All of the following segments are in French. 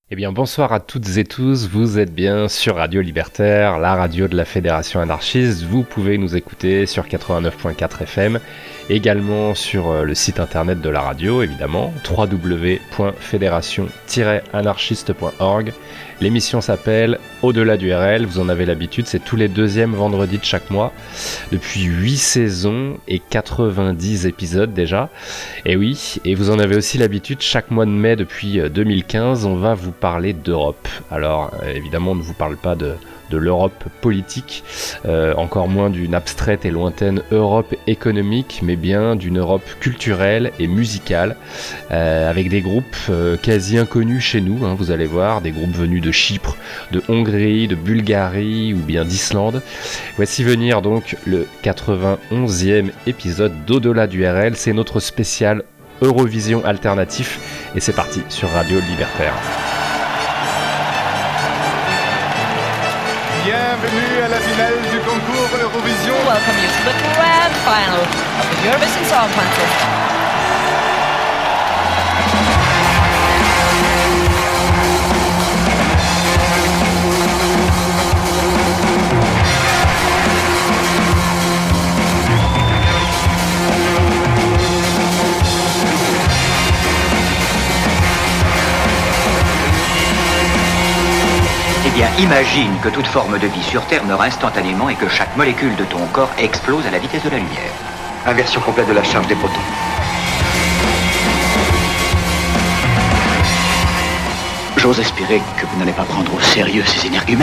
Eh bien, bonsoir à toutes et tous, vous êtes bien sur Radio Libertaire, la radio de la Fédération anarchiste. Vous pouvez nous écouter sur 89.4 FM, également sur le site internet de la radio, évidemment, www.fédération-anarchiste.org. L'émission s'appelle Au-delà du RL, vous en avez l'habitude, c'est tous les deuxièmes vendredis de chaque mois, depuis 8 saisons et 90 épisodes déjà. Et oui, et vous en avez aussi l'habitude, chaque mois de mai depuis 2015, on va vous parler d'Europe. Alors évidemment, on ne vous parle pas de l'Europe politique, encore moins d'une abstraite et lointaine Europe économique, mais bien d'une Europe culturelle et musicale, avec des groupes quasi inconnus chez nous, hein, vous allez voir, des groupes venus de Chypre, de Hongrie, de Bulgarie ou bien d'Islande. Voici venir donc le 91e épisode d'Au-delà du RL, c'est notre spécial Eurovision alternatif, et c'est parti sur Radio Libertaire. Bienvenue à la finale du concours Eurovision. Welcome you to the grand final of the Eurovision Song Contest. Eh bien, imagine que toute forme de vie sur Terre meurt instantanément et que chaque molécule de ton corps explose à la vitesse de la lumière. Inversion complète de la charge des protons. J'ose espérer que vous n'allez pas prendre au sérieux ces énergumènes.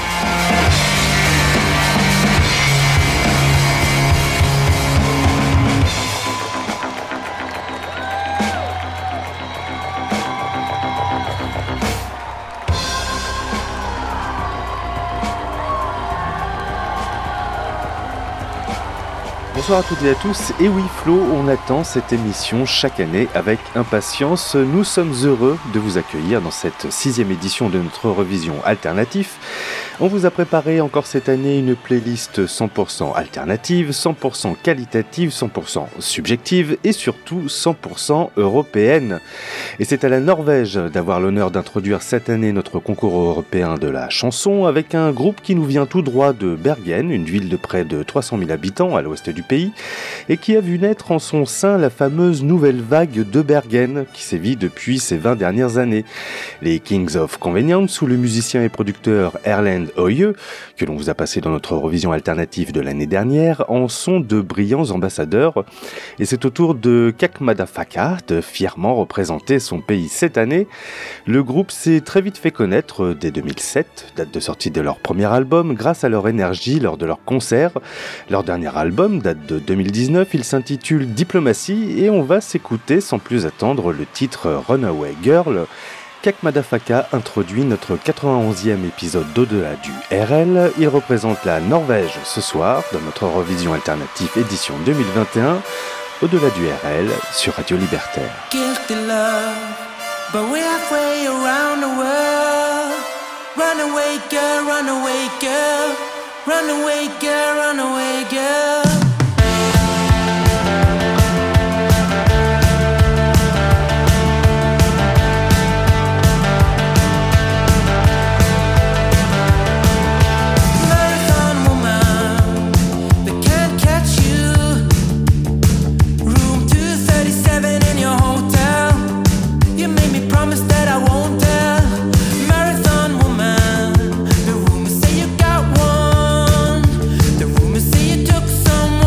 Bonsoir à toutes et à tous, et oui Flo, on attend cette émission chaque année avec impatience. Nous sommes heureux de vous accueillir dans cette 6e édition de notre Eurovision alternatif. On vous a préparé encore cette année une playlist 100% alternative, 100% qualitative, 100% subjective et surtout 100% européenne. Et c'est à la Norvège d'avoir l'honneur d'introduire cette année notre concours européen de la chanson avec un groupe qui nous vient tout droit de Bergen, une ville de près de 300 000 habitants à l'ouest du pays, et qui a vu naître en son sein la fameuse nouvelle vague de Bergen qui sévit depuis ces 20 dernières années. Les Kings of Convenience, où le musicien et producteur Erlend Øye, que l'on vous a passé dans notre Eurovision alternative de l'année dernière, en sont de brillants ambassadeurs. Et c'est au tour de Kak Madafaka de fièrement représenter son pays cette année. Le groupe s'est très vite fait connaître dès 2007, date de sortie de leur premier album, grâce à leur énergie lors de leurs concerts. Leur dernier album date de 2019, il s'intitule Diplomatie et on va s'écouter sans plus attendre le titre Runaway Girl. Kak Madafaka introduit notre 91e épisode d'Au-delà du RL. Il représente la Norvège ce soir dans notre Eurovision alternative édition 2021. Au-delà du RL sur Radio Libertaire. Guilty love, but we're halfway around the world. Runaway girl, runaway girl, runaway girl, runaway girl. Rumors say you took some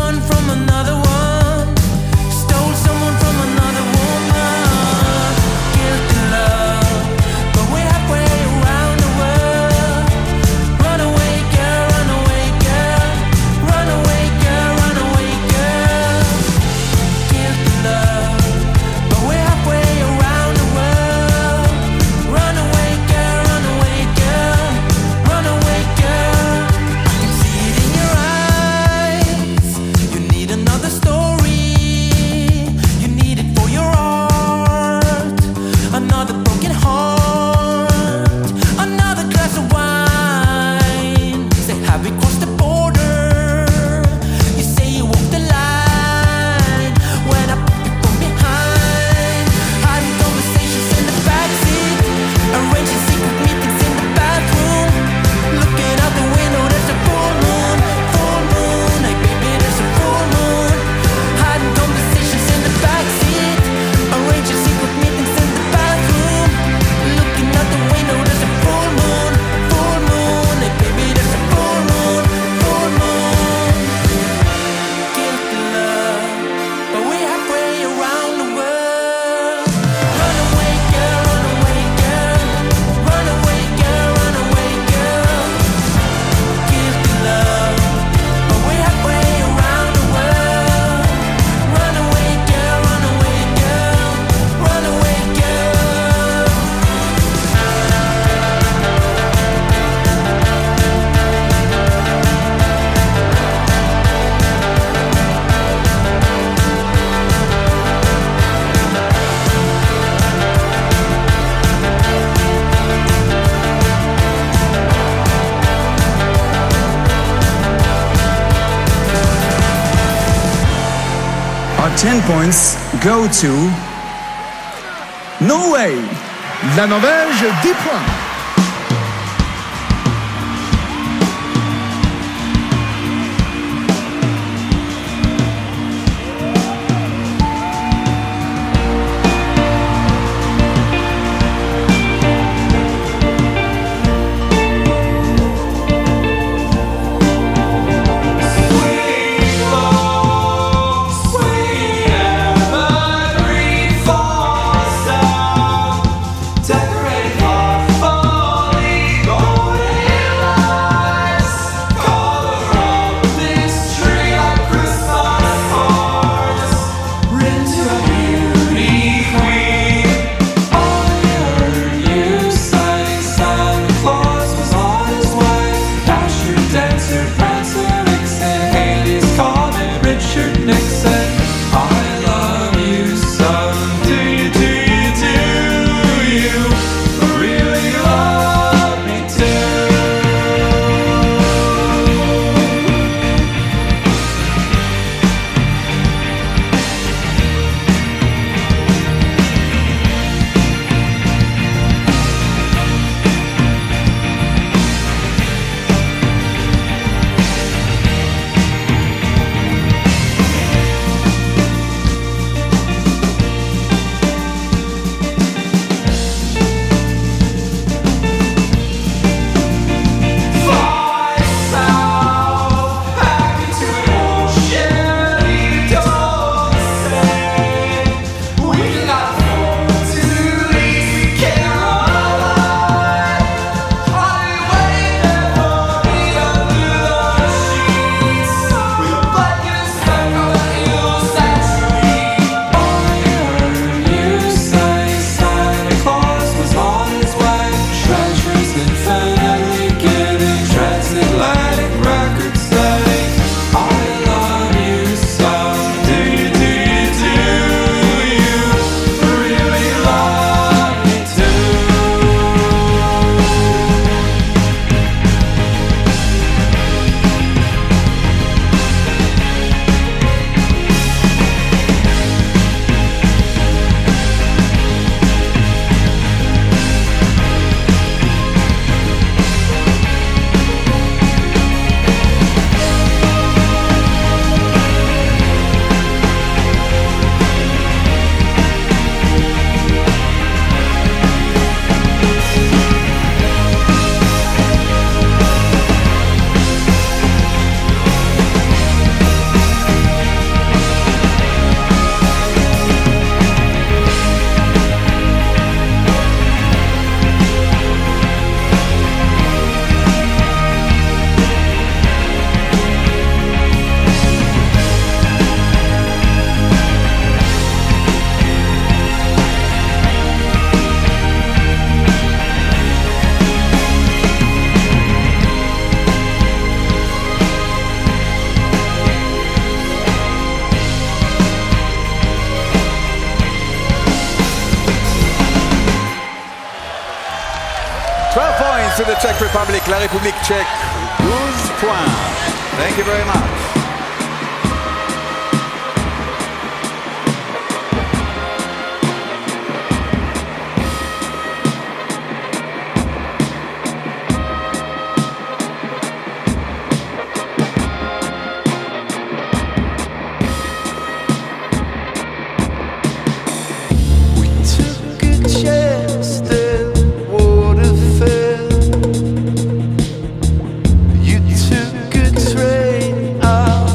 10 points go to Norway. La Norvège, 10 points. To the Czech Republic, la République tchèque, 12 points. Thank you very much. You took a train out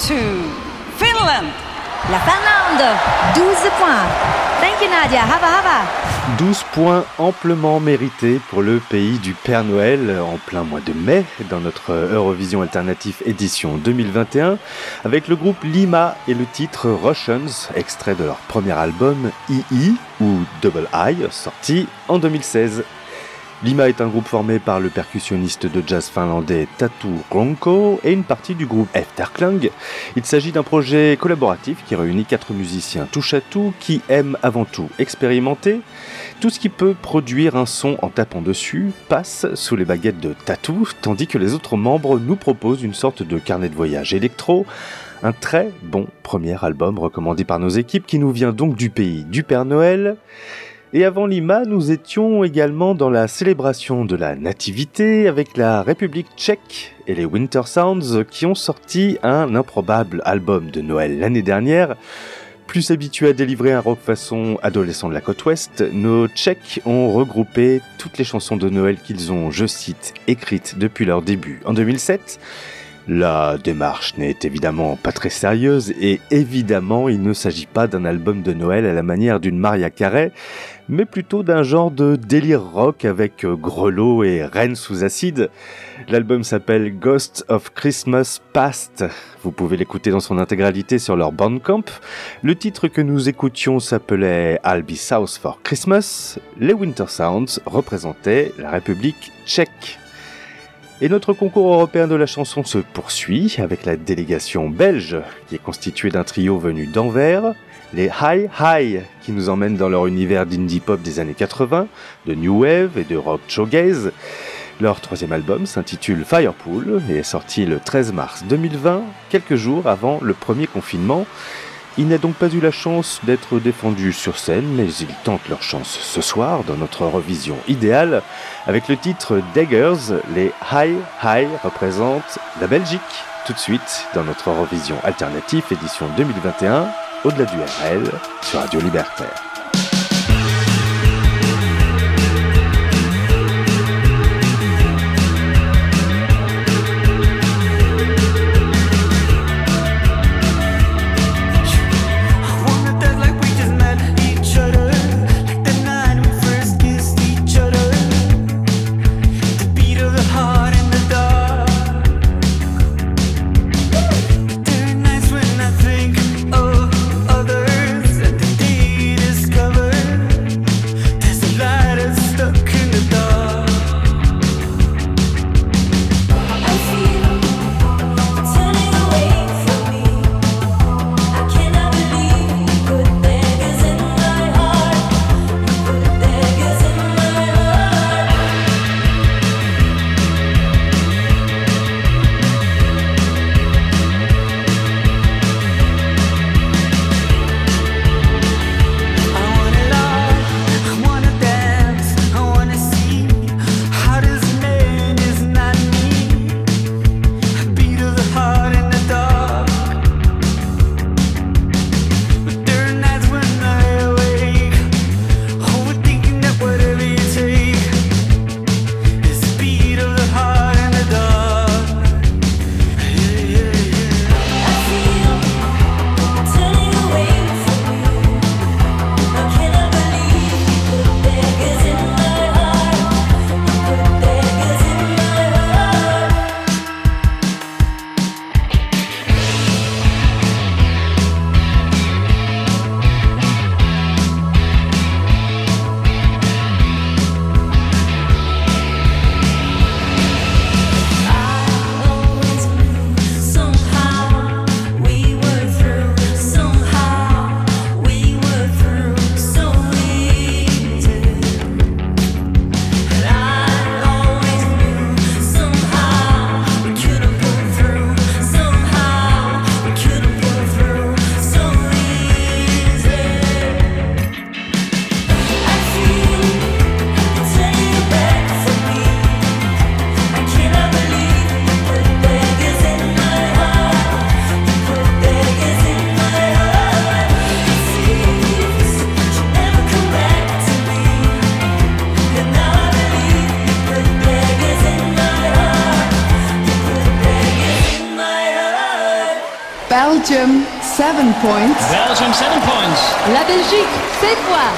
to Finland. La Finlande, 12 points. Thank you Nadia, hava. 12 points amplement mérités pour le pays du Père Noël en plein mois de mai dans notre Eurovision Alternative édition 2021 avec le groupe Lima et le titre Russians, extrait de leur premier album II ou Double I, sorti en 2016. Lima est un groupe formé par le percussionniste de jazz finlandais Tatu Ronko et une partie du groupe Efterklang. Il s'agit d'un projet collaboratif qui réunit 4 musiciens touche-à-tout qui aiment avant tout expérimenter. Tout ce qui peut produire un son en tapant dessus passe sous les baguettes de Tatu, tandis que les autres membres nous proposent une sorte de carnet de voyage électro. Un très bon premier album recommandé par nos équipes qui nous vient donc du pays du Père Noël. Et avant Lima, nous étions également dans la célébration de la nativité avec la République tchèque et les Winter Sounds qui ont sorti un improbable album de Noël l'année dernière. Plus habitués à délivrer un rock façon adolescent de la côte ouest, nos Tchèques ont regroupé toutes les chansons de Noël qu'ils ont, je cite, écrites depuis leur début en 2007. La démarche n'est évidemment pas très sérieuse et évidemment il ne s'agit pas d'un album de Noël à la manière d'une Mariah Carey, mais plutôt d'un genre de délire rock avec grelots et reines sous acide. L'album s'appelle Ghost of Christmas Past. Vous pouvez l'écouter dans son intégralité sur leur Bandcamp. Le titre que nous écoutions s'appelait I'll Be South for Christmas. Les Winter Sounds représentaient la République tchèque. Et notre concours européen de la chanson se poursuit avec la délégation belge qui est constituée d'un trio venu d'Anvers, les Hi Hi qui nous emmènent dans leur univers d'indie pop des années 80, de new wave et de rock shoegaze. Leur troisième album s'intitule Firepool et est sorti le 13 mars 2020, quelques jours avant le premier confinement. Ils n'ont donc pas eu la chance d'être défendus sur scène, mais ils tentent leur chance ce soir dans notre revision idéale. Avec le titre Daggers, les Hi Hi représentent la Belgique. Tout de suite dans notre revision alternative édition 2021, au-delà du RL, sur Radio Libertaire. Nights when I think of others, and the deed is gone. 7 points. Belgium 7 points. La Belgique, 7 points.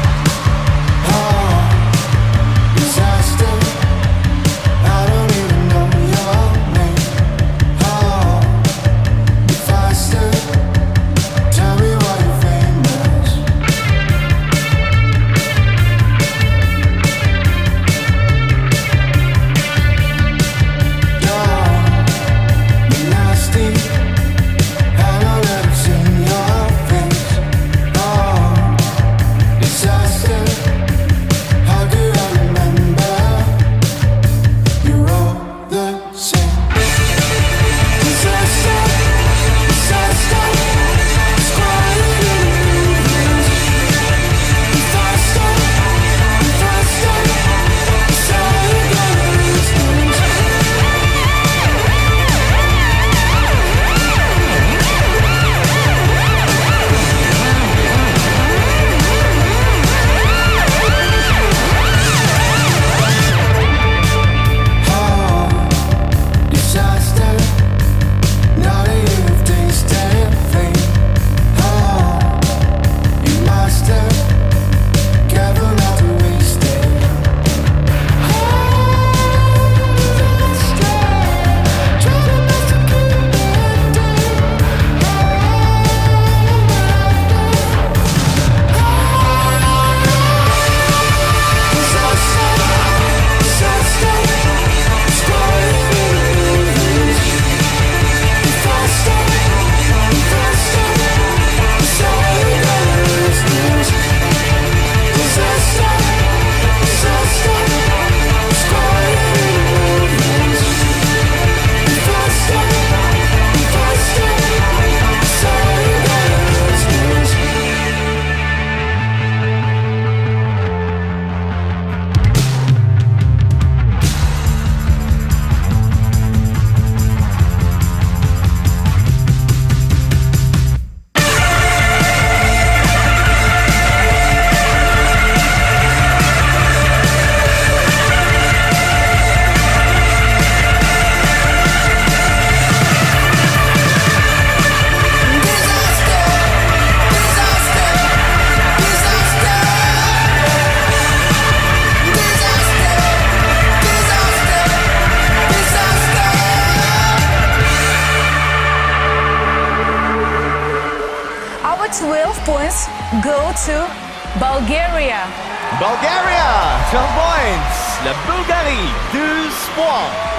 points go to Bulgaria. Bulgaria, 12 points. La Bulgarie, 12 points.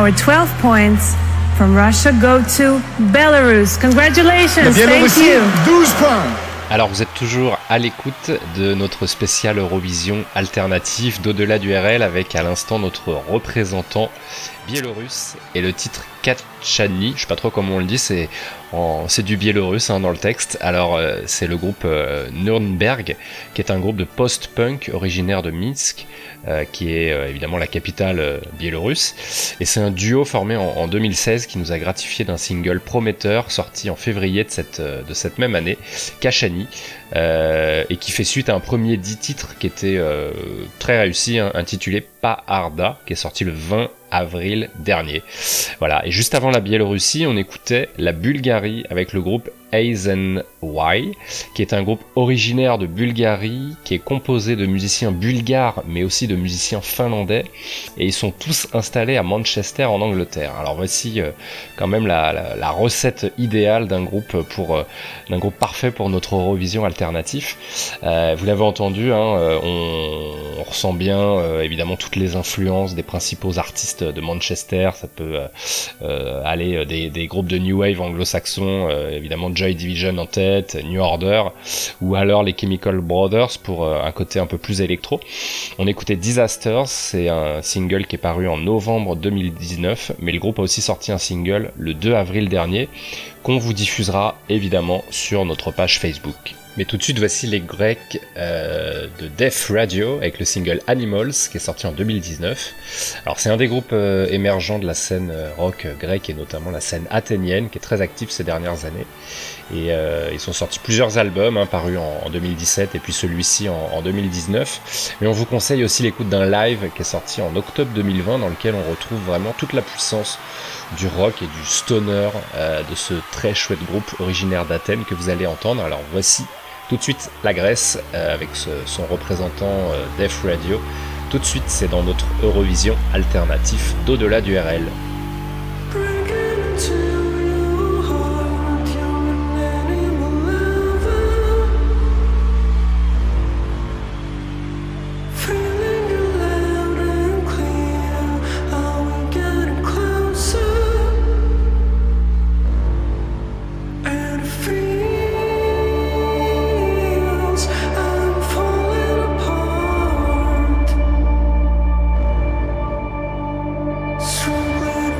our 12 points from Russia go to Belarus. Congratulations. Thank you. 12 points. Alors vous êtes toujours à l'écoute de notre spécial Eurovision alternatif d'au-delà du RL avec à l'instant notre représentant biélorusse et le titre Kachani, je sais pas trop comment on le dit, c'est du biélorusse dans le texte. Alors c'est le groupe Nürnberg qui est un groupe de post-punk originaire de Minsk qui est évidemment la capitale biélorusse, et c'est un duo formé en 2016 qui nous a gratifié d'un single prometteur sorti en février de cette même année, Kachani, et qui fait suite à un premier 10 titres qui était très réussi, intitulé Pas Arda, qui est sorti le 20 avril dernier. Voilà, et juste avant la Biélorussie, on écoutait la Bulgarie avec le groupe Aizen Y, qui est un groupe originaire de Bulgarie, qui est composé de musiciens bulgares, mais aussi de musiciens finlandais, et ils sont tous installés à Manchester en Angleterre. Alors voici quand même la recette idéale d'un groupe parfait pour notre Eurovision alternatif. Vous l'avez entendu, on ressent bien évidemment toutes les influences des principaux artistes de Manchester. Ça peut aller des groupes de New Wave anglo-saxons, évidemment Joy Division en tête, New Order, ou alors les Chemical Brothers pour un côté un peu plus électro. On écoutait Disasters, c'est un single qui est paru en novembre 2019, mais le groupe a aussi sorti un single le 2 avril dernier, qu'on vous diffusera évidemment sur notre page Facebook. Mais tout de suite, voici les Grecs de Def Radio avec le single Animals qui est sorti en 2019. Alors c'est un des groupes émergents de la scène rock grecque et notamment la scène athénienne qui est très active ces dernières années. Et ils sont sortis plusieurs albums parus en 2017 et puis celui-ci en 2019. Mais on vous conseille aussi l'écoute d'un live qui est sorti en octobre 2020 dans lequel on retrouve vraiment toute la puissance du rock et du stoner de ce très chouette groupe originaire d'Athènes que vous allez entendre. Alors voici tout de suite la Grèce avec son représentant Def Radio. Tout de suite, c'est dans notre Eurovision alternatif d'au-delà du RL. Somewhere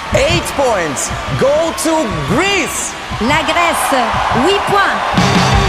8 points go to Greece. La Grèce, 8 points.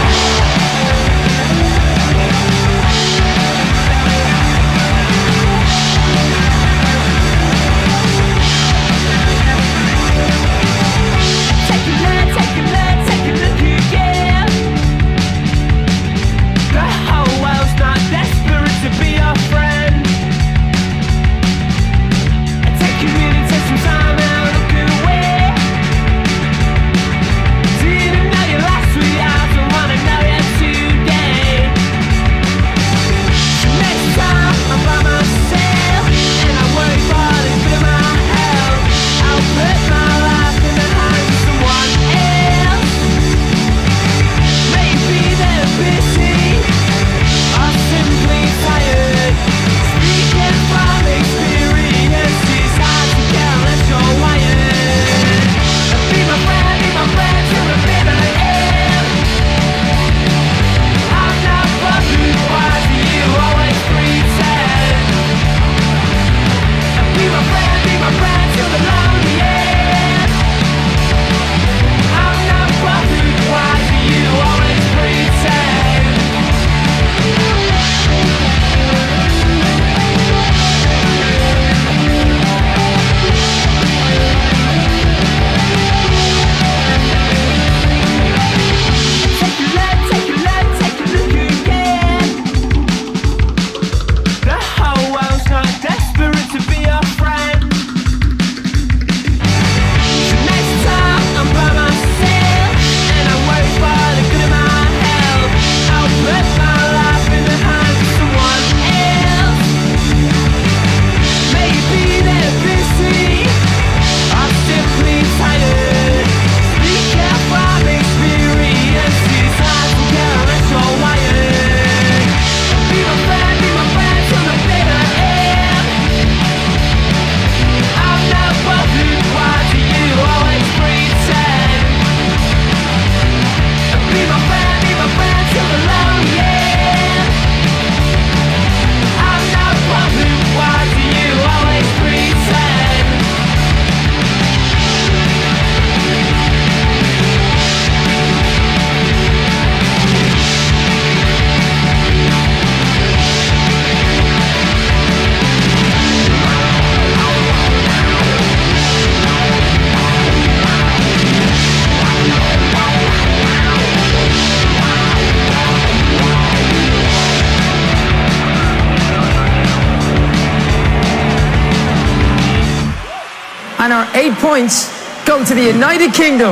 And our 8 points go to the United Kingdom.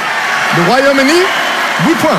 Le Royaume-Uni, 8 points.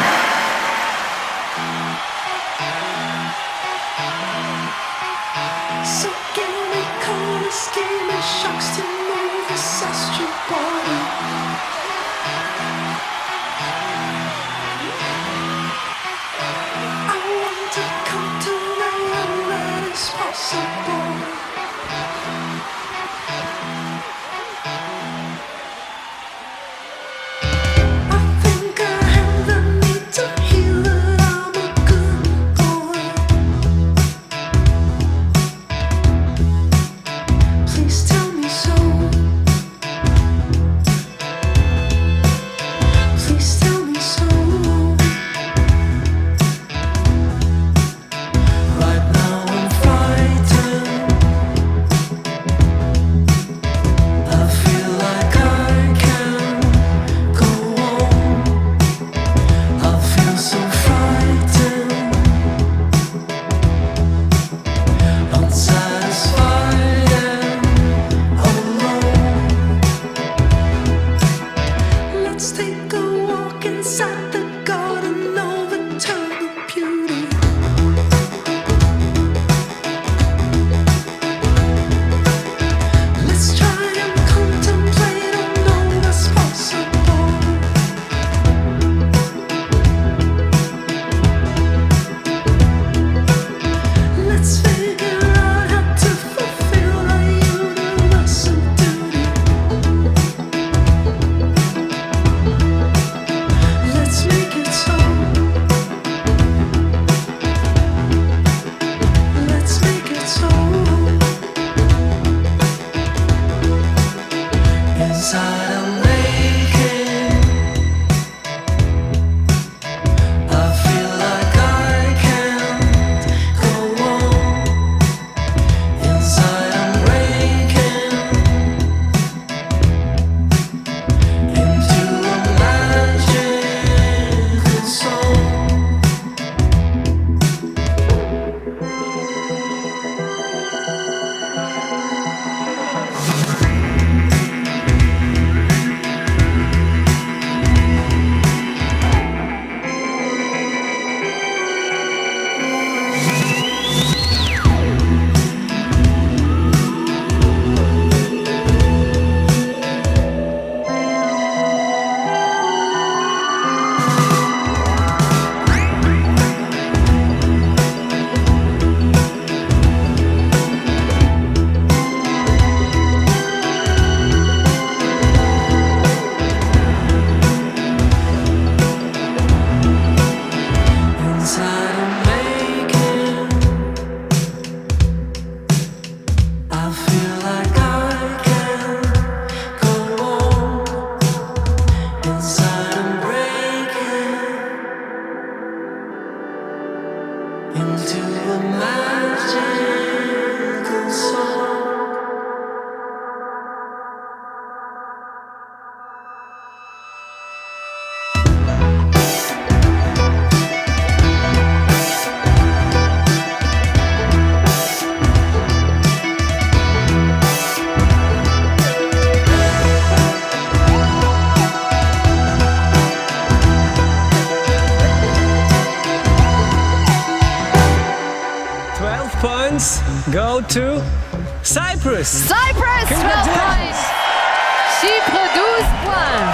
to Cyprus. Cyprus, 12 points. Chypre, 12 points.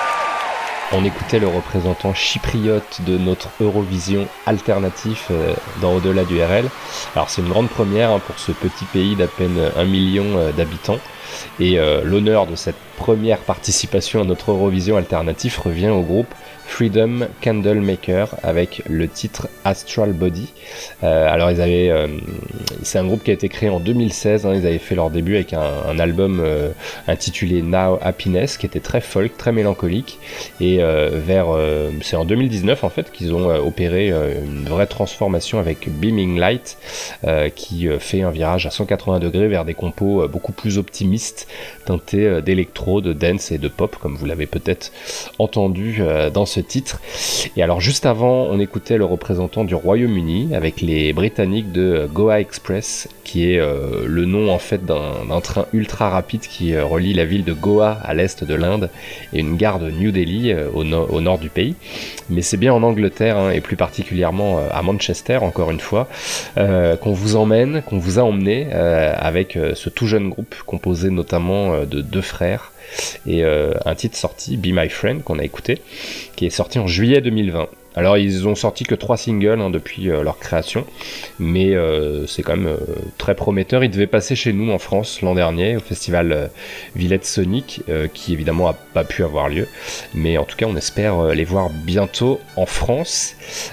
On écoutait le représentant chypriote de notre Eurovision alternatif dans Au-delà du RL. Alors c'est une grande première pour ce petit pays d'à peine 1 million d'habitants. Et l'honneur de cette première participation à notre Eurovision alternatif revient au groupe Freedom Candlemaker avec le titre Astral Body. Alors c'est un groupe qui a été créé en 2016, ils avaient fait leur début avec un album intitulé Now Happiness qui était très folk, très mélancolique, et c'est en 2019 en fait qu'ils ont opéré une vraie transformation avec Beaming Light qui fait un virage à 180 degrés vers des compos beaucoup plus optimistes, teintés d'électro, de dance et de pop, comme vous l'avez peut-être entendu dans ce titre. Et alors juste avant, on écoutait le représentant du Royaume-Uni avec les Britanniques de Goa Express, qui est le nom en fait d'un train ultra rapide qui relie la ville de Goa à l'est de l'Inde et une gare de New Delhi au nord du pays. Mais c'est bien en Angleterre et plus particulièrement à Manchester, encore une fois, qu'on vous a emmené avec ce tout jeune groupe composé notamment de 2 frères et un titre sorti, Be My Friend, qu'on a écouté, qui est sorti en juillet 2020. Alors ils ont sorti que 3 singles depuis leur création, mais c'est quand même très prometteur. Ils devaient passer chez nous en France l'an dernier au festival Villette Sonic, qui évidemment a pas pu avoir lieu, mais en tout cas on espère les voir bientôt en France,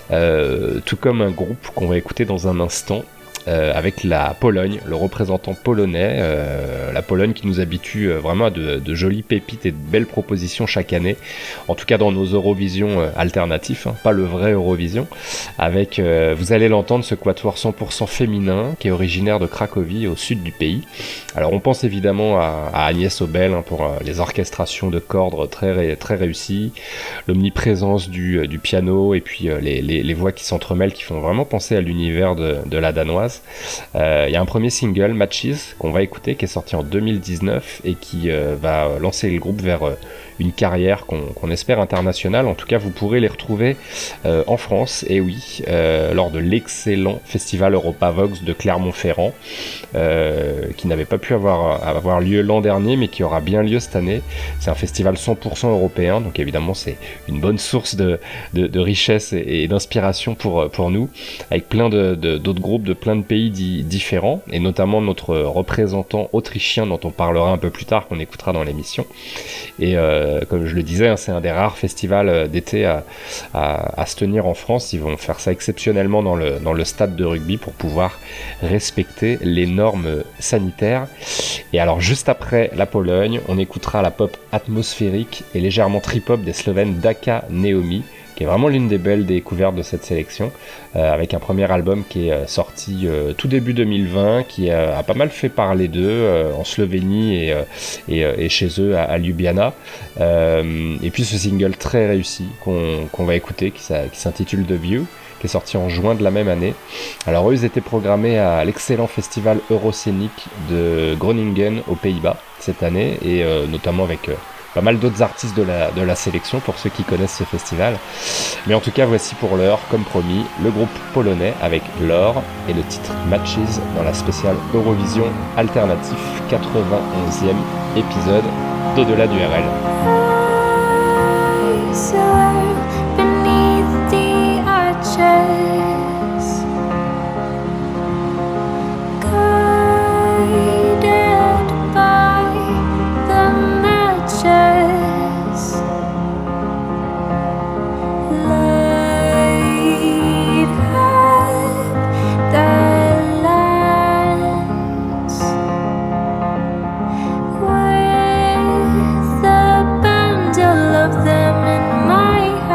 tout comme un groupe qu'on va écouter dans un instant. Avec la Pologne, le représentant polonais, la Pologne qui nous habitue vraiment à de jolies pépites et de belles propositions chaque année, en tout cas dans nos Eurovision alternatifs, pas le vrai Eurovision, avec, vous allez l'entendre, ce quatuor 100% féminin qui est originaire de Cracovie au sud du pays. Alors on pense évidemment à Agnès Obel pour les orchestrations de cordes très, très réussies, l'omniprésence du piano et puis les voix qui s'entremêlent qui font vraiment penser à l'univers de la danoise. Il y a un premier single, Matches, qu'on va écouter, qui est sorti en 2019 et qui va lancer le groupe vers une carrière qu'on espère internationale. En tout cas, vous pourrez les retrouver en France, et oui, lors de l'excellent festival Europavox de Clermont-Ferrand, qui n'avait pas pu avoir lieu l'an dernier, mais qui aura bien lieu cette année. C'est un festival 100% européen, donc évidemment c'est une bonne source de richesse et d'inspiration pour nous, avec plein d'autres groupes de plein de pays différents, et notamment notre représentant autrichien dont on parlera un peu plus tard, qu'on écoutera dans l'émission. Et comme je le disais, c'est un des rares festivals d'été à se tenir en France. Ils vont faire ça exceptionnellement dans le stade de rugby pour pouvoir respecter les normes sanitaires. Et alors juste après la Pologne, on écoutera la pop atmosphérique et légèrement trip-hop des Slovènes Daka Neomi, qui est vraiment l'une des belles découvertes de cette sélection, avec un premier album qui est sorti tout début 2020, qui a pas mal fait parler d'eux en Slovénie et chez eux à Ljubljana. Et puis ce single très réussi qu'on va écouter, qui s'intitule The View, qui est sorti en juin de la même année. Alors eux, ils étaient programmés à l'excellent festival Euroscénique de Groningen aux Pays-Bas cette année, et notamment avec pas mal d'autres artistes de la sélection pour ceux qui connaissent ce festival. Mais en tout cas, voici pour l'heure, comme promis, le groupe polonais avec Lore et le titre Matches dans la spéciale Eurovision Alternatif, 91e épisode d'Au-delà du RL. Them in my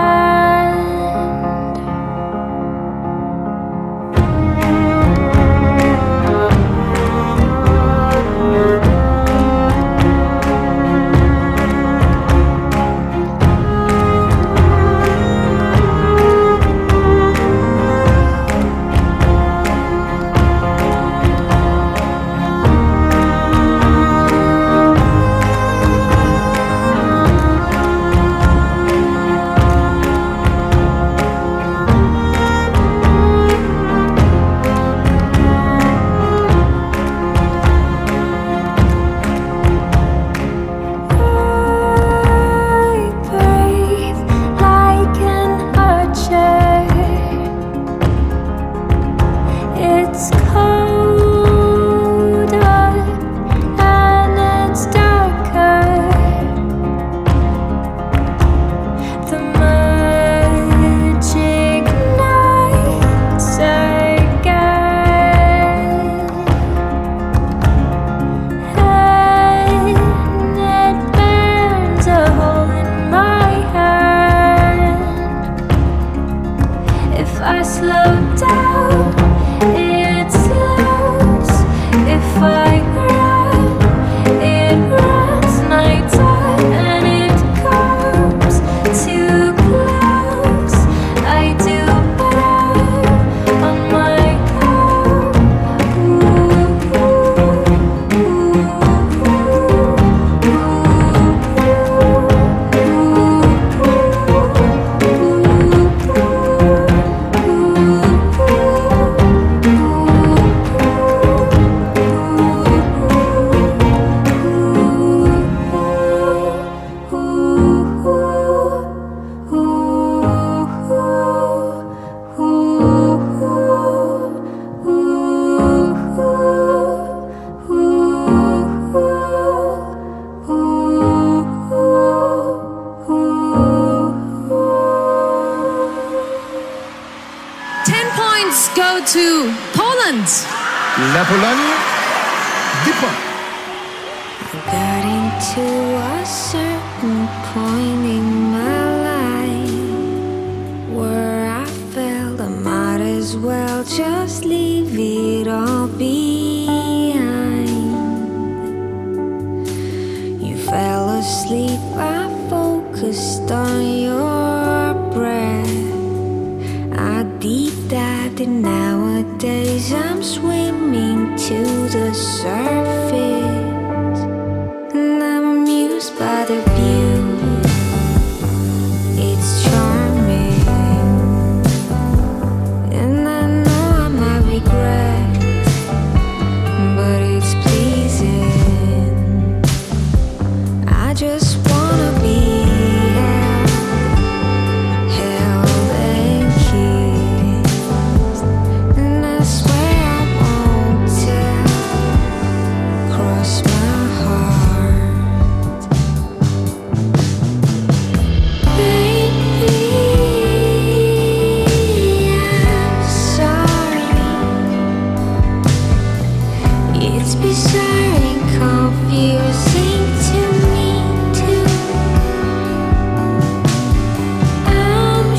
La Pologne, 10 points. Got into a certain point in my life where I felt I might as well just leave it all behind. You fell asleep, I focused on your breath. I deep dived and nowadays I'm swimming to the surface. And I'm amused by the view, it's charming. And I know I might regret, but it's pleasing. I just wanna be held and kissed. And I swear I won't tell, cross my heart. Baby, I'm sorry. It's bizarre and confusing to me too. I'm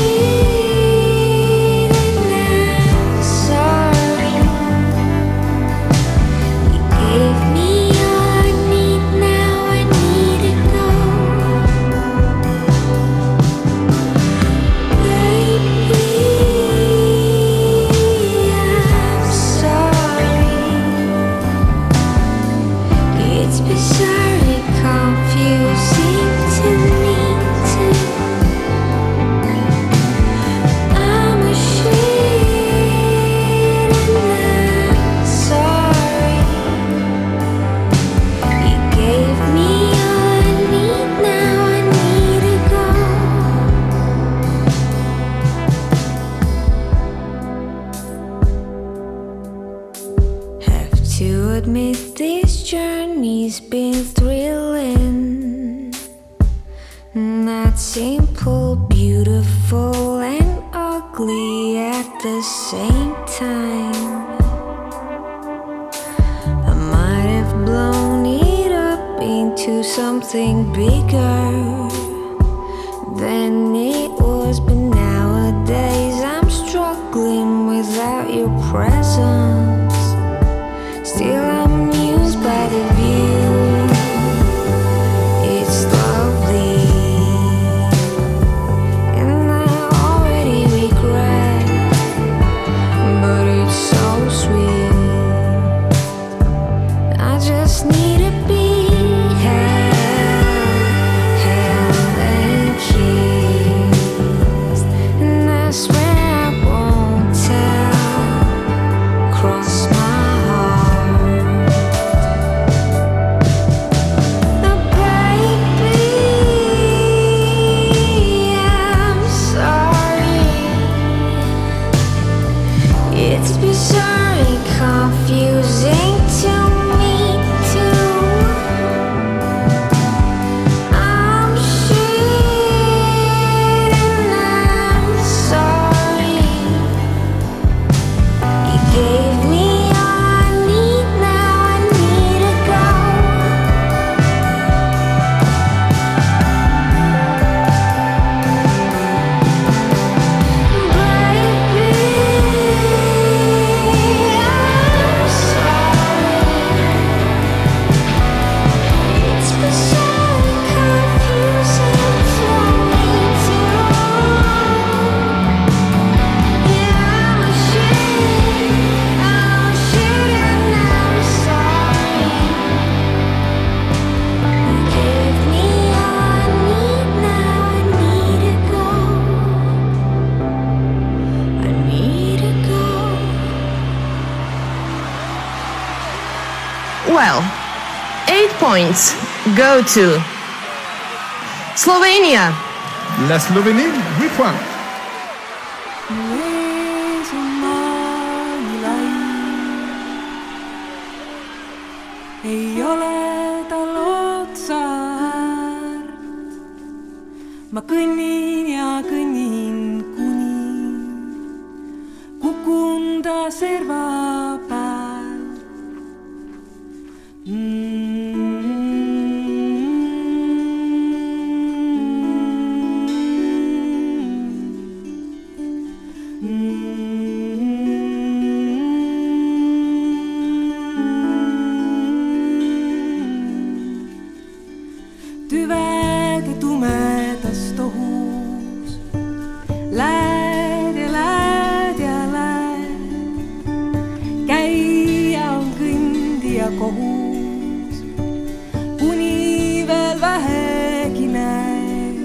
shit and I'm sorry. You gave me all I need, now I need to go. Baby, I'm sorry. It's bizarre and confusing to me too. I'm ashamed and I'm sorry. You gave me all I need, now I need to go. Have to admit this journey's been thrilling. Not simple, beautiful, and ugly at the same time. I might have blown it up into something bigger than it was, but nowadays I'm struggling without your presence. Still I'm amused by the view, it's lovely. And I already regret, but it's so sweet. I just need to be held and kissed. And I swear I won't tell, cross my heart. Now baby, I'm sorry. It's bizarre and confusing to me too. I'm shit and I'm sorry. You gave me all I need, now I need to go. Baby, I'm sorry. It's bizarre and confusing to me too. Yeah, I'm shit and I'm sorry. You gave me all I need, now I need to go. I need to go. Well, 8 points go to Slovenia. La Slovénie, 8 points. Ei ole tal otsart. Ma kõnnin ja kuni kukun ta serva pääl. tüvede tumedas tohus. Lähed ja lähed ja lähed, käia on kõndija kohus, kuni veel vähegi näed.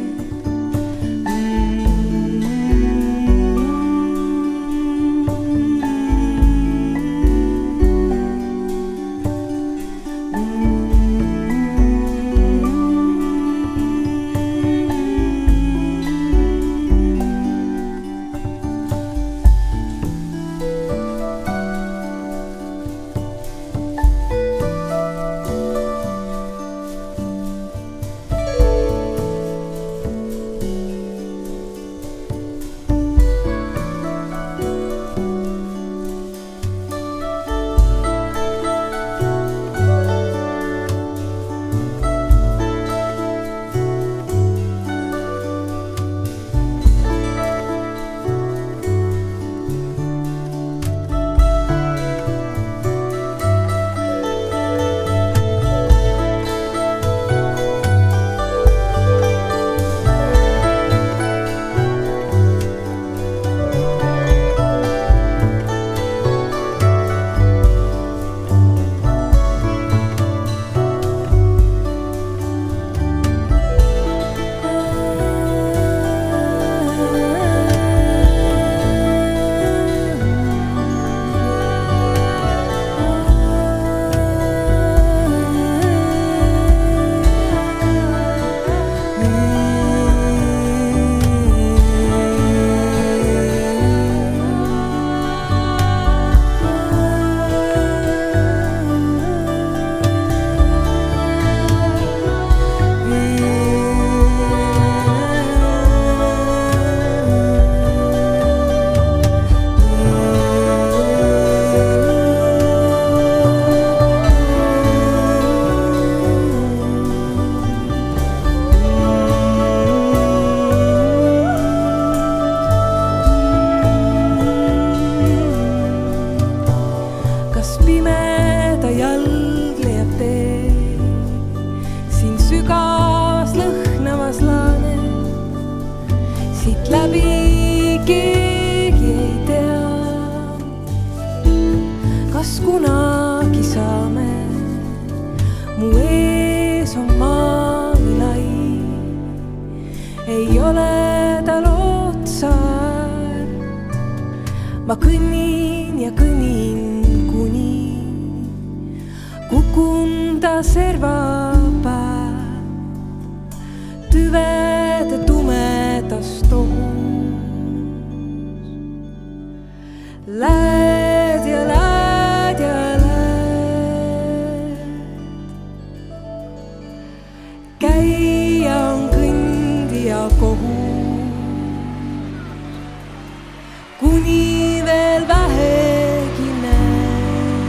Ma kõnnin ja kõnnin kuni kukun ta servapäev tüvede tumedas tohus. Lähed ja lähed ja lähed, käia on kõndija kohus, kuni veel vähegi näed.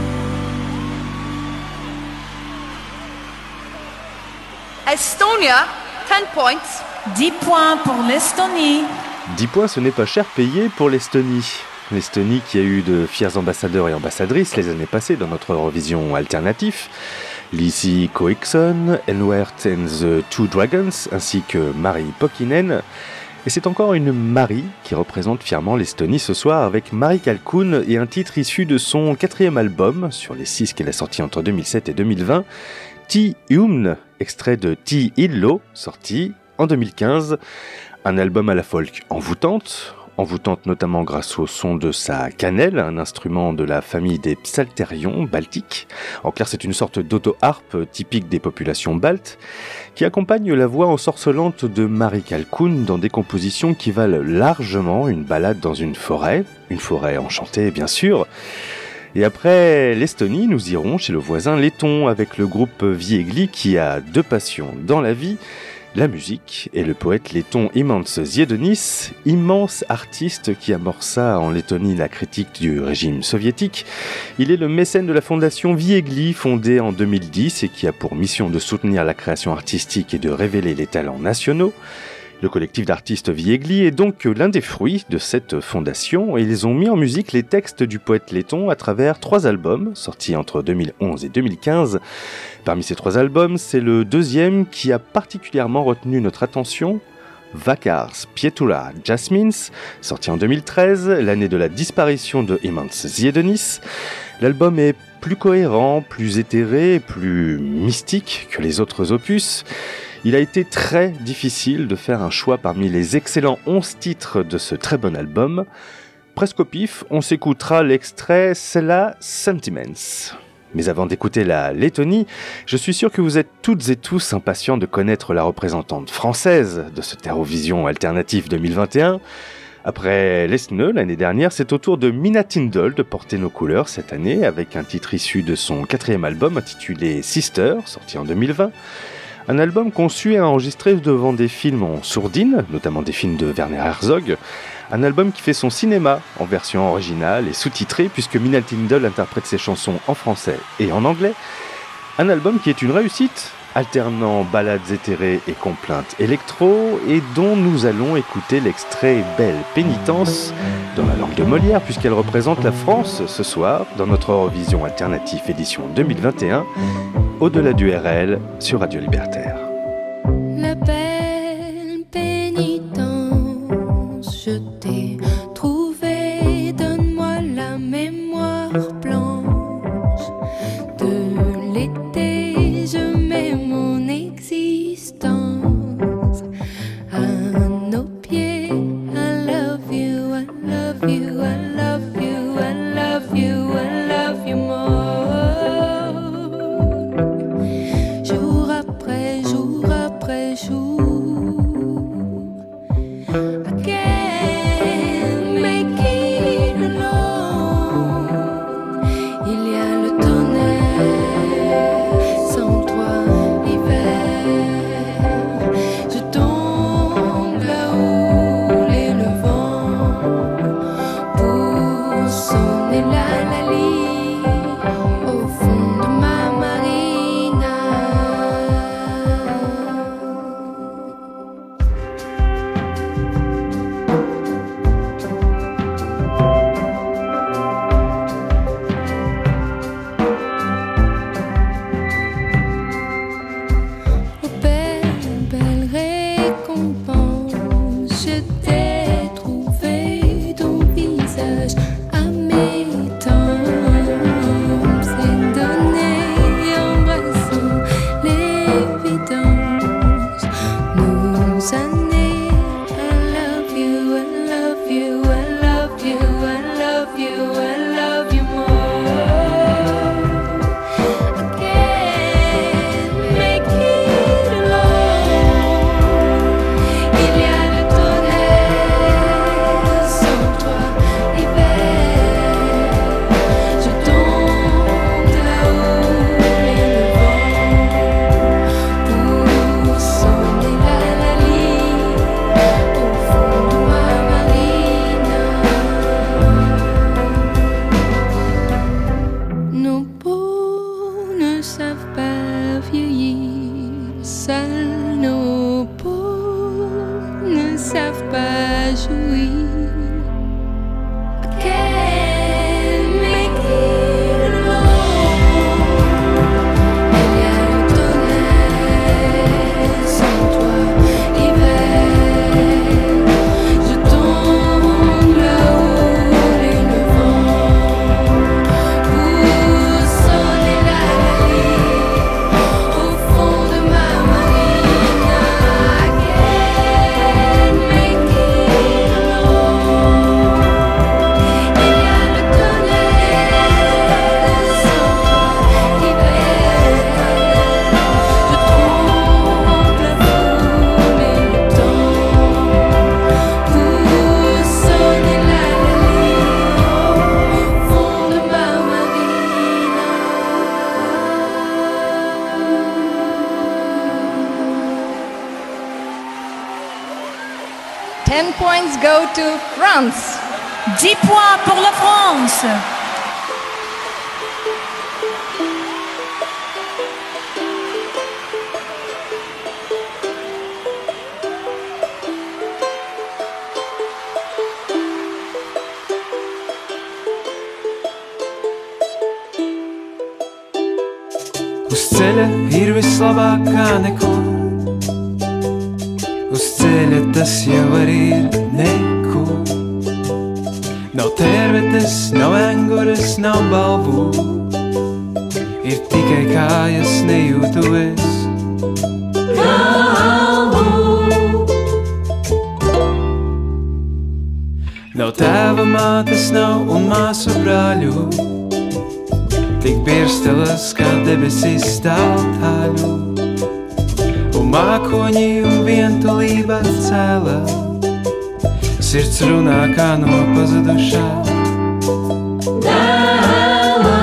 Estonia, 10 points. 10 points pour l'Estonie. 10 points, ce n'est pas cher payé pour l'Estonie. L'Estonie qui a eu de fiers ambassadeurs et ambassadrices les années passées dans notre Eurovision alternatif. Liisi Koikson, Enwert and the Two Dragons, ainsi que Mari Pokinen. Et c'est encore une Mari qui représente fièrement l'Estonie ce soir avec Mari Kalkoun et un titre issu de son 4e album, sur les 6 qu'elle a sorti entre 2007 et 2020, Ti Umn, extrait de Ti Illo, sorti en 2015. Un album à la folk envoûtante notamment grâce au son de sa cannelle, un instrument de la famille des psalterions baltiques. En clair, c'est une sorte d'auto-harpe typique des populations baltes, qui accompagne la voix ensorcelante de Mari Kalkoun dans des compositions qui valent largement une balade dans une forêt enchantée bien sûr. Et après l'Estonie, nous irons chez le voisin letton avec le groupe Viegli qui a 2 passions dans la vie, la musique et le poète letton Imants Ziedonis, immense artiste qui amorça en Lettonie la critique du régime soviétique. Il est le mécène de la fondation Viegli, fondée en 2010 et qui a pour mission de soutenir la création artistique et de révéler les talents nationaux. Le collectif d'artistes Viegli est donc l'un des fruits de cette fondation et ils ont mis en musique les textes du poète letton à travers 3 albums sortis entre 2011 et 2015. Parmi ces 3 albums, c'est le deuxième qui a particulièrement retenu notre attention, Vakars Pietura Jasmins, sorti en 2013, l'année de la disparition de Imants Ziedonis. L'album est plus cohérent, plus éthéré, plus mystique que les autres opus. Il a été très difficile de faire un choix parmi les excellents 11 titres de ce très bon album. Presque au pif, on s'écoutera l'extrait Sella Sentiments. Mais avant d'écouter la Lettonie, je suis sûr que vous êtes toutes et tous impatients de connaître la représentante française de ce Terrovision Alternatif 2021. Après l'Esneux l'année dernière, c'est au tour de Minna Tindall de porter nos couleurs cette année avec un titre issu de son 4e album intitulé Sister, sorti en 2020. Un album conçu et enregistré devant des films en sourdine, notamment des films de Werner Herzog. Un album qui fait son cinéma en version originale et sous-titrée puisque Minna Tindall interprète ses chansons en français et en anglais. Un album qui est une réussite, alternant ballades éthérées et complaintes électro et dont nous allons écouter l'extrait Belle Pénitence dans la langue de Molière puisqu'elle représente la France ce soir dans notre Eurovision Alternatif édition 2021 au-delà du RL sur Radio Libertaire. La belle pénitence, je t'ai trouvé, donne-moi la mémoire blanche de l'été, je mets mon existence à nos pieds. I love you, I love you, I love you, I love you, I love you more. Points go to France. 10 points pour la France. ceļa ir vislabākā neko. Uz ceļa tas jau arī ir neko. Nav tērvetes, nav enguras, nav balvu. Ir tikai kājas, nejūtu es galvu. Nav tēva, mātes nav un māsu brāļu. Tik birstelas kā debesīs stāv tāļu. Un mākoņi un vientulība cēlā. Sirds runā kā no pazudušā dēlā.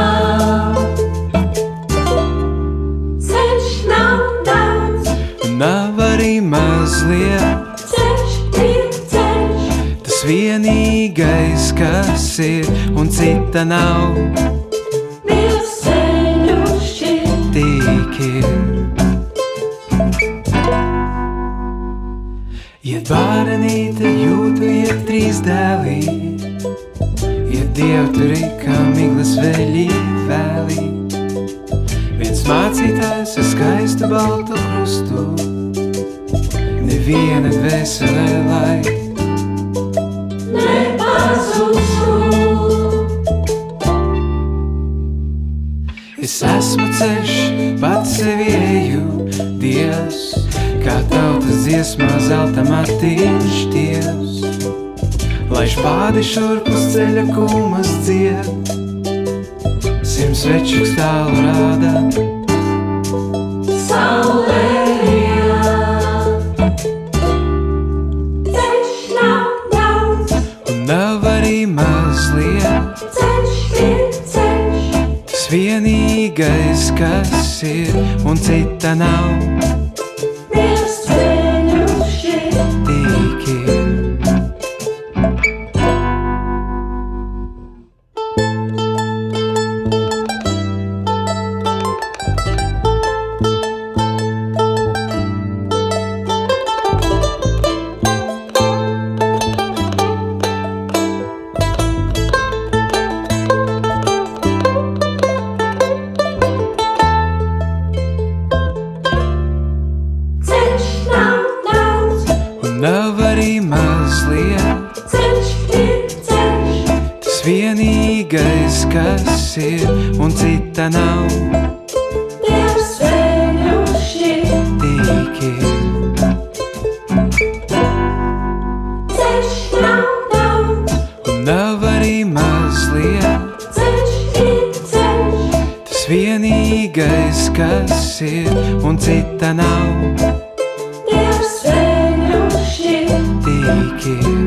Ceļš nav daudz, nav arī mazliet. Ceļš ir ceļš, tas vienīgais, kas ir, un cita nav. Mīls ceļu šķiet tik ir. Iet bārenīte, jūtu, iet trīs dēlī. Iet dievturi, kā miglas veļī vēlī. Viens mācītājs ar skaistu baltu krustu. Neviena dvēselē, lai nepazustu. Es esmu ceļš, pats sevi eju, Dievs. Kā tautas dziesmā zelta matiņš Dievs. Laiž pādi šurp uz ceļa kūmas dzied. Simt svečuks tālu rāda saulē iet. Ceļš nav daudz, un nav arī mazliet. Ceļš ir ceļš, tas vienīgais, kas ir, un cita nav. Un cita nav. Dievs ceļu šķiet tik ir. Ceļš nav daudz, un nav arī mazliet. Ceļš ir ceļš, tas vienīgais, kas ir, un cita nav. Dievs ceļu šķiet tik ir.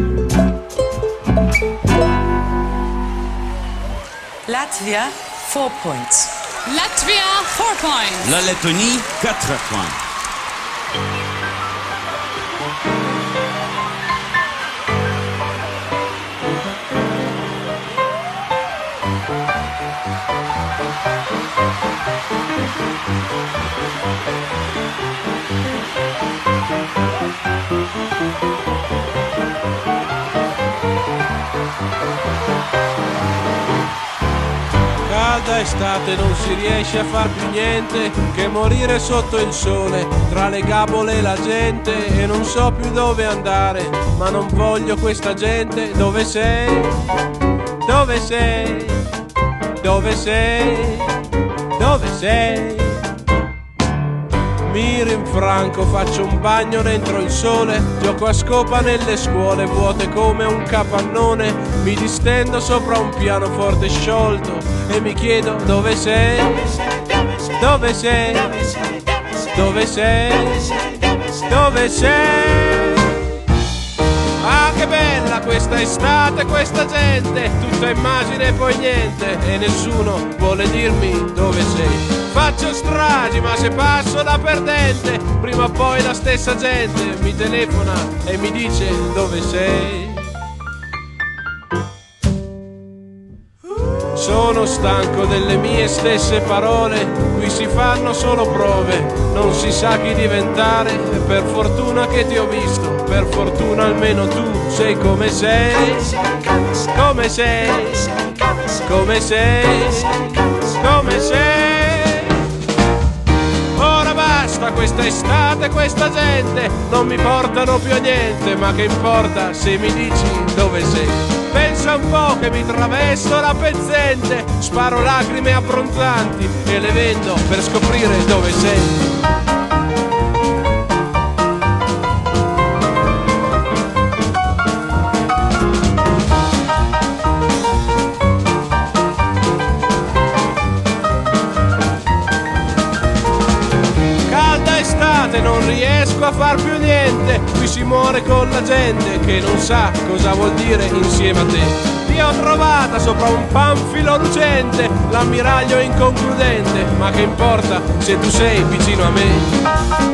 Latvia, 4 points. Latvia, 4 points. La Lettonie, 4 points. Estate non si riesce a far più niente che morire sotto il sole tra le gabole e la gente, e non so più dove andare, ma non voglio questa gente. Dove sei? Dove sei? Dove sei? Dove sei? Mi rinfranco, faccio un bagno dentro il sole, gioco a scopa nelle scuole vuote come un capannone, mi distendo sopra un pianoforte sciolto e mi chiedo dove sei? Dove sei? Dove sei? Dove sei? Ah, che bella questa estate, questa gente, tutta immagine e poi niente, e nessuno vuole dirmi dove sei. Faccio stragi, ma se passo da perdente, prima o poi la stessa gente mi telefona e mi dice dove sei. Sono stanco delle mie stesse parole, qui si fanno solo prove, non si sa chi diventare, e per fortuna che ti ho visto, per fortuna almeno tu sei come sei, come sei, come sei, come sei. basta questa estate, questa gente non mi portano più a niente, ma che importa se mi dici dove sei? Pensa un po' che mi travesto la pezzente, sparo lacrime abbronzanti e le vendo per scoprire dove sei. Non riesco a far più niente, qui si muore con la gente che non sa cosa vuol dire insieme a te. Ti ho trovata sopra un panfilo lucente, l'ammiraglio inconcludente, ma che importa se tu sei vicino a me?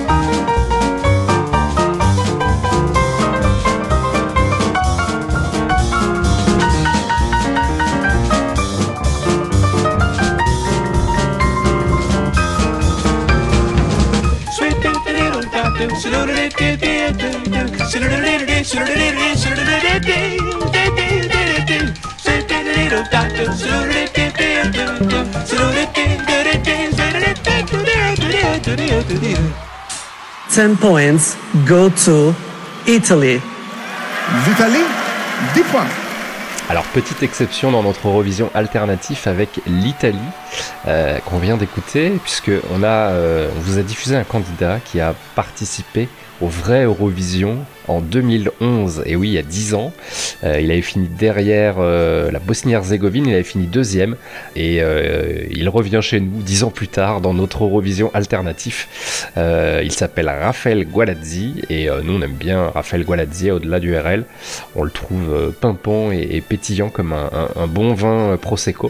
Ten points go to Italy. L'Italie, 10 points. Alors, petite exception dans notre Eurovision alternatif avec l'Italie qu'on vient d'écouter, puisque on vous a diffusé un candidat qui a participé au vrai Eurovision en 2011, et oui, il y a 10 ans. Il avait fini derrière la Bosnie-Herzégovine, il avait fini deuxième, et il revient chez nous 10 ans plus tard dans notre Eurovision alternatif. Il s'appelle Raphaël Gualazzi, et nous on aime bien Raphaël Gualazzi au-delà du RL. On le trouve pimpant et pétillant comme un bon vin Prosecco.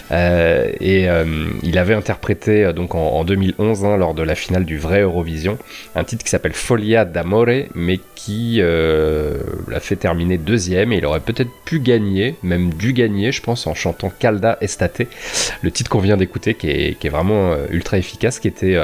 Il avait interprété donc en 2011, lors de la finale du vrai Eurovision, un titre qui s'appelle Folia d'Amore, mais qui l'a fait terminer deuxième, et il aurait peut-être pu gagner, même dû gagner, je pense, en chantant Calda Estate, le titre qu'on vient d'écouter, qui est vraiment ultra efficace, qui était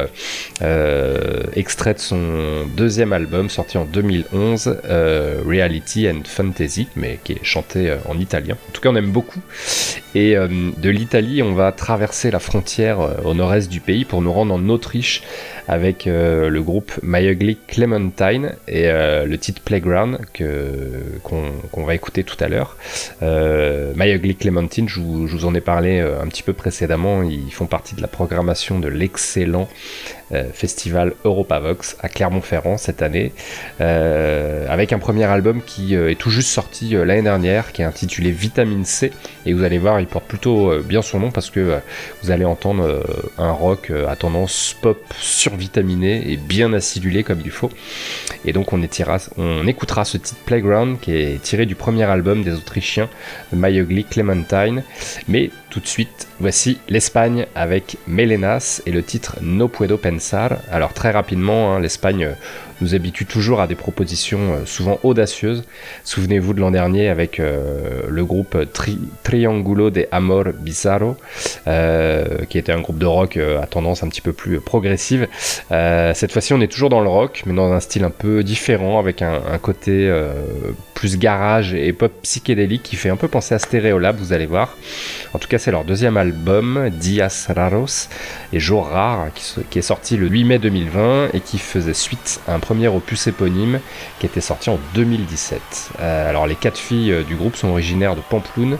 extrait de son deuxième album sorti en 2011, Reality and Fantasy, mais qui est chanté en italien. En tout cas, on aime beaucoup. Et de l'Italie, on va traverser la frontière au nord-est du pays pour nous rendre en Autriche avec le groupe My Ugly Clementine et le titre Playground qu'on va écouter tout à l'heure. My Ugly Clementine, je vous en ai parlé un petit peu précédemment, ils font partie de la programmation de l'excellent festival Europavox à Clermont-Ferrand cette année, avec un premier album qui est tout juste sorti l'année dernière, qui est intitulé Vitamine C, et vous allez voir, il porte plutôt bien son nom parce que vous allez entendre un rock à tendance pop survitaminé et bien acidulé comme il faut. Et donc on écoutera ce titre Playground qui est tiré du premier album des Autrichiens My Ugly Clementine. Mais tout de suite, voici l'Espagne avec Melenas et le titre No Puedo Pensar. Alors très rapidement, l'Espagne nous habitue toujours à des propositions souvent audacieuses. Souvenez-vous de l'an dernier avec le groupe Triángulo de Amor Bizarro, qui était un groupe de rock à tendance un petit peu plus progressive. Cette fois-ci, on est toujours dans le rock, mais dans un style un peu différent, avec un côté plus garage et pop psychédélique qui fait un peu penser à Stereolab, vous allez voir. En tout cas, c'est leur deuxième album, Días Raros et Jours Rares, qui est sorti le 8 mai 2020 et qui faisait suite à un premier opus éponyme qui était sorti en 2017. Alors les 4 filles du groupe sont originaires de Pampelune,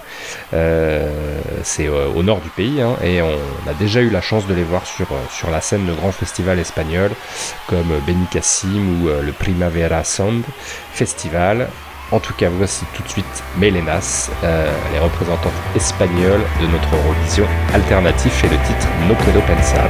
c'est au nord du pays, et on a déjà eu la chance de les voir sur la scène de grands festivals espagnols comme Benicassim ou le Primavera Sound Festival. En tout cas, voici tout de suite Melenas, les représentantes espagnoles de notre Eurovision alternatif, et le titre No Puedo Pensar.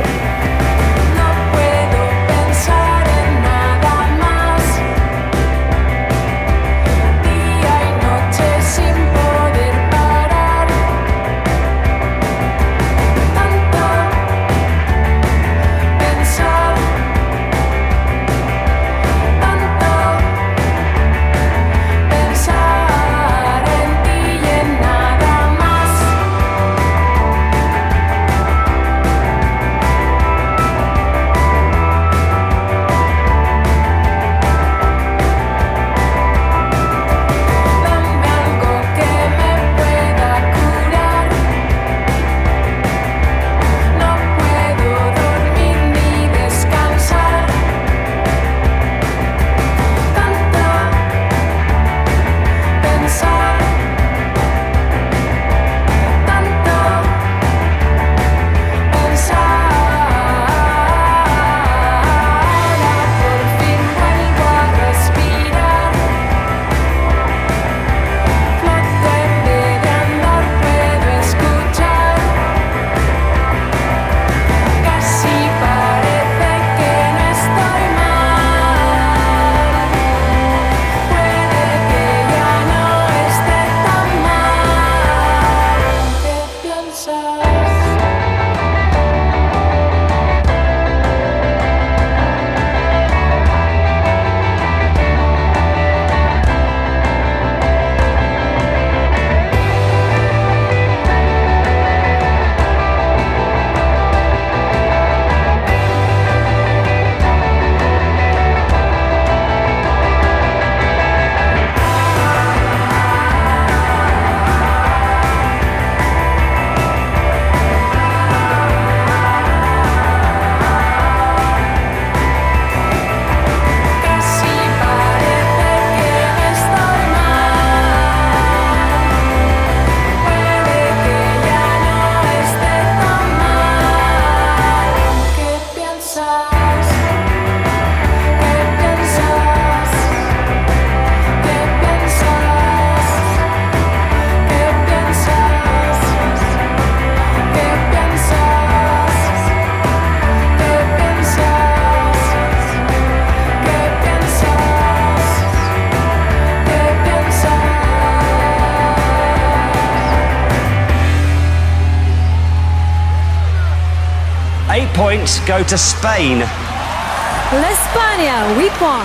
points go to Spain. L'Espagne, 8 points.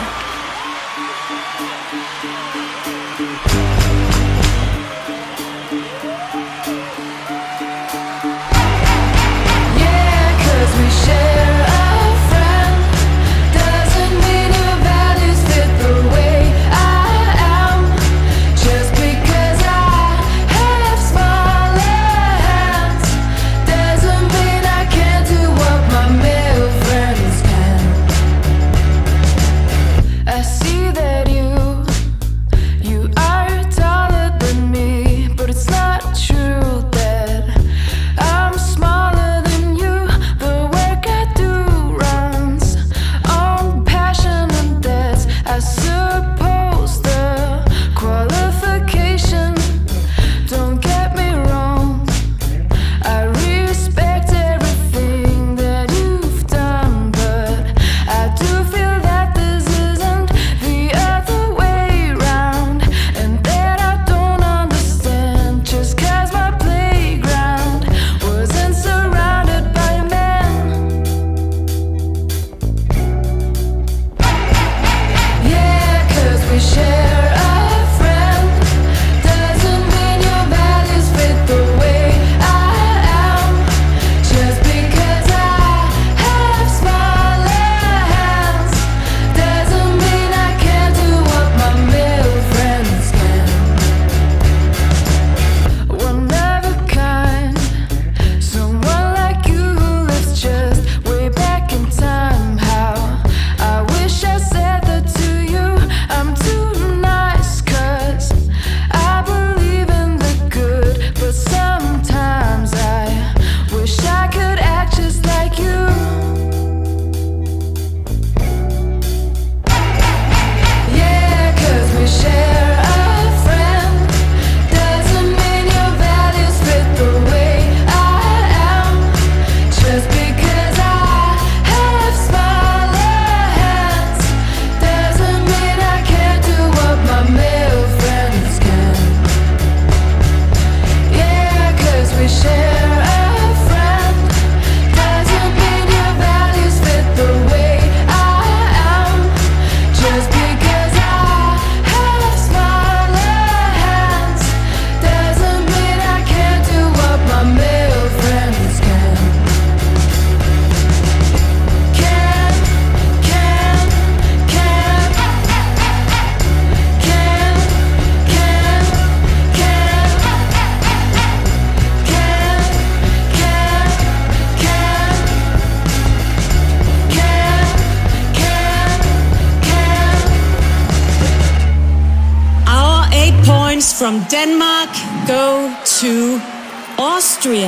From Denmark go to Austria.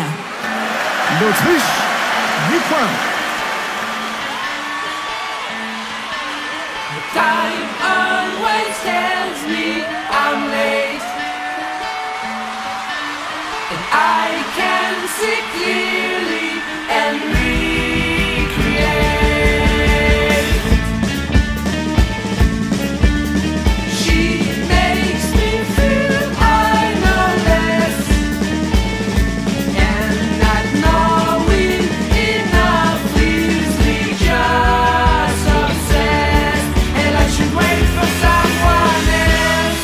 L'Autriche, 8 points. Time always tells me I'm late, and I can see clearly and recreate. She makes me feel I know less, and not knowing enough leaves me just obsessed, and I should wait for someone else.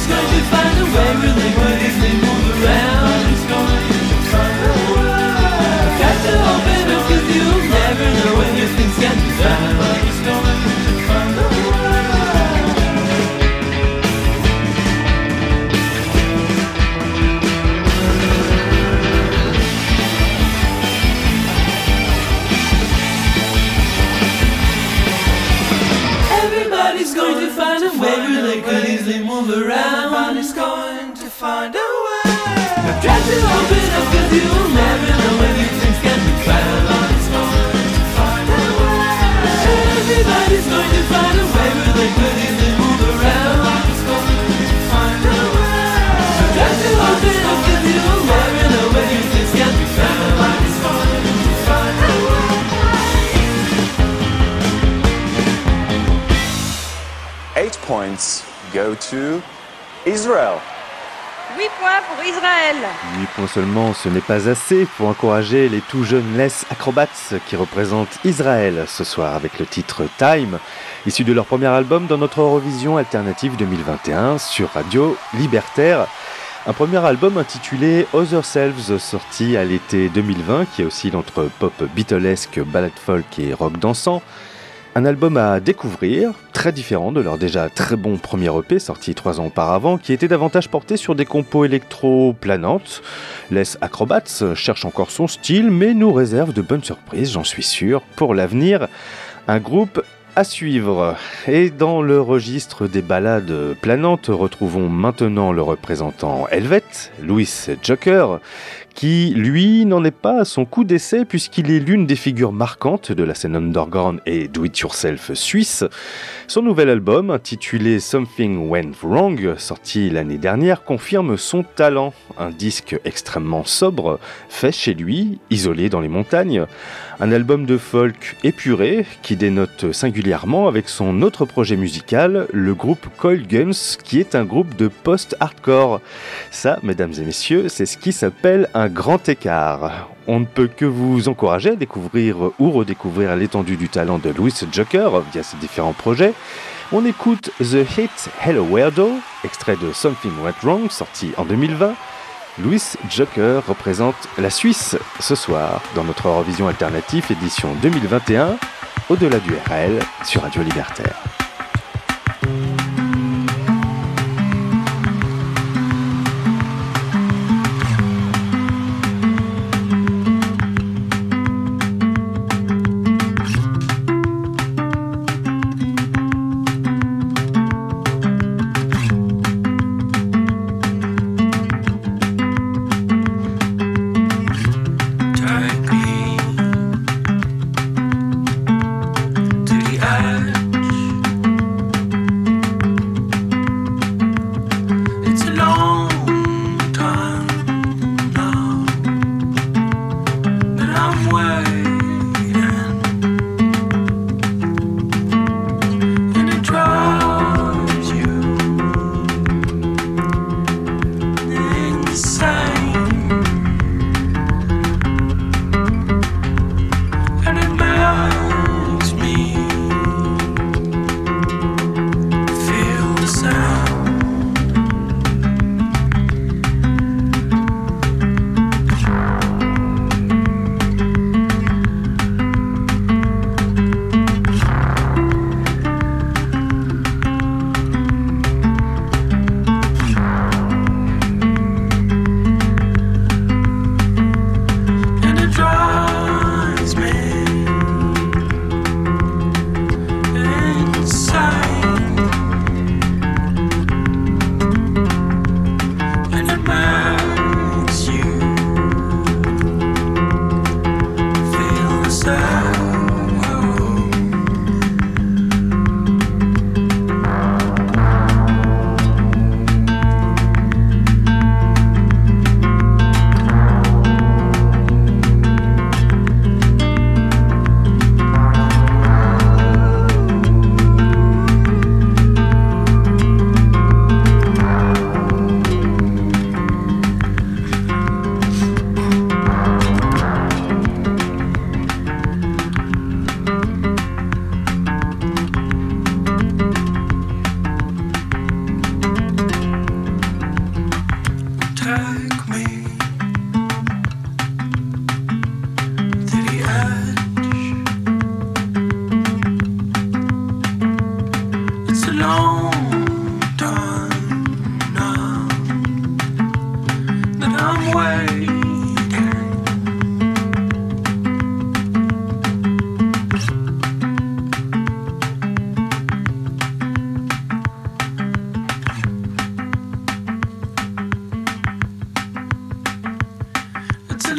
Everybody's going to find a way really good if they move around. Everybody's going to find a way. Got to open up 'cause you'll never know when your things can be found. Everybody's going to find a way. Everybody's going to find a way where they could easily move around. Everybody's going to find a way. Try to open up 'cause you'll never know when your things can be found. Everybody's going to find a way. Everybody's going to find a way where they could easily move around. Everybody's going to find a way. Try to open up 'cause you'll never know when your things can be found. Everybody's going to find a way. 8 points go to Israel. 8 points pour Israël. 8 points seulement, ce n'est pas assez pour encourager les tout jeunes Les Acrobats qui représentent Israël ce soir avec le titre Time, issu de leur premier album dans notre Eurovision Alternative 2021 sur Radio Libertaire. Un premier album intitulé Other Selves sorti à l'été 2020 qui oscille entre pop beatlesque, ballade folk et rock dansant. Un album à découvrir, très différent de leur déjà très bon premier EP sorti 3 ans auparavant, qui était davantage porté sur des compos électro-planantes. Les Acrobats cherche encore son style, mais nous réserve de bonnes surprises, j'en suis sûr, pour l'avenir. Un groupe à suivre. Et dans le registre des ballades planantes, retrouvons maintenant le représentant helvète, Louis Joker, qui, lui, n'en est pas à son coup d'essai puisqu'il est l'une des figures marquantes de la scène underground et do-it-yourself suisse. Son nouvel album, intitulé Something Went Wrong, sorti l'année dernière, confirme son talent. Un disque extrêmement sobre, fait chez lui, isolé dans les montagnes. Un album de folk épuré qui dénote singulièrement avec son autre projet musical, le groupe Coil Guns, qui est un groupe de post-hardcore. Ça, mesdames et messieurs, c'est ce qui s'appelle un grand écart. On ne peut que vous encourager à découvrir ou redécouvrir l'étendue du talent de Louis Joker via ses différents projets. On écoute The Hit Hello Weirdo, extrait de Something Went Wrong, sorti en 2020. Louis Joker représente la Suisse ce soir dans notre Eurovision Alternative édition 2021, au-delà du RL sur Radio Libertaire. To the edge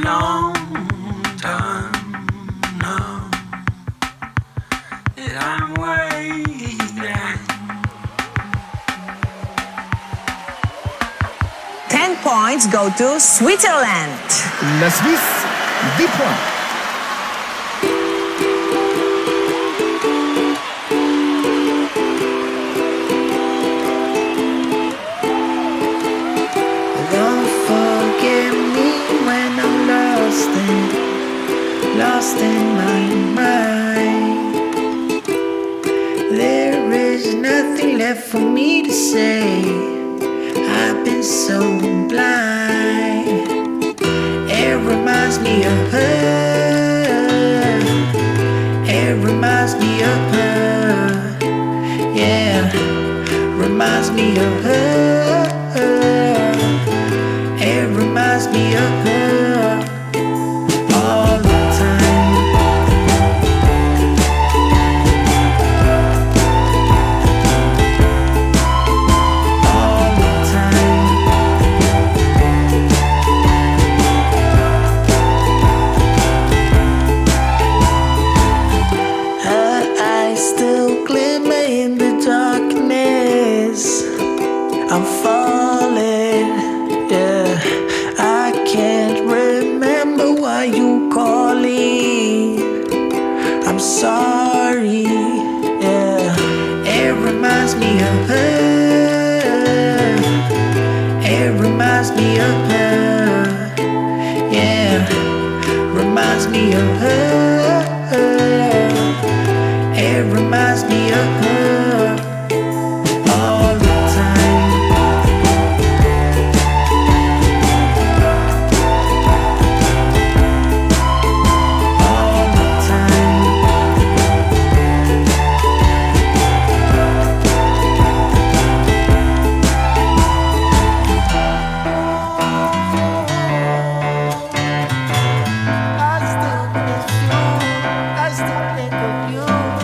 long time now that I'm waiting. 10 points go to Switzerland. La Suisse, 10 points. Don't forget me when I'm lost in my mind. There is nothing left for me to say. I've been so blind. It reminds me of her. It reminds me of her. Yeah, reminds me of her. It reminds me of her all the time. All the time. Her eyes still glimmer in the darkness. I'm falling, yeah. I can't remember why you calling. I'm sorry, yeah. It reminds me of her. It reminds me of her, yeah. Reminds me of her. It reminds me of her all the time. All the time. I still miss you. I still think of you.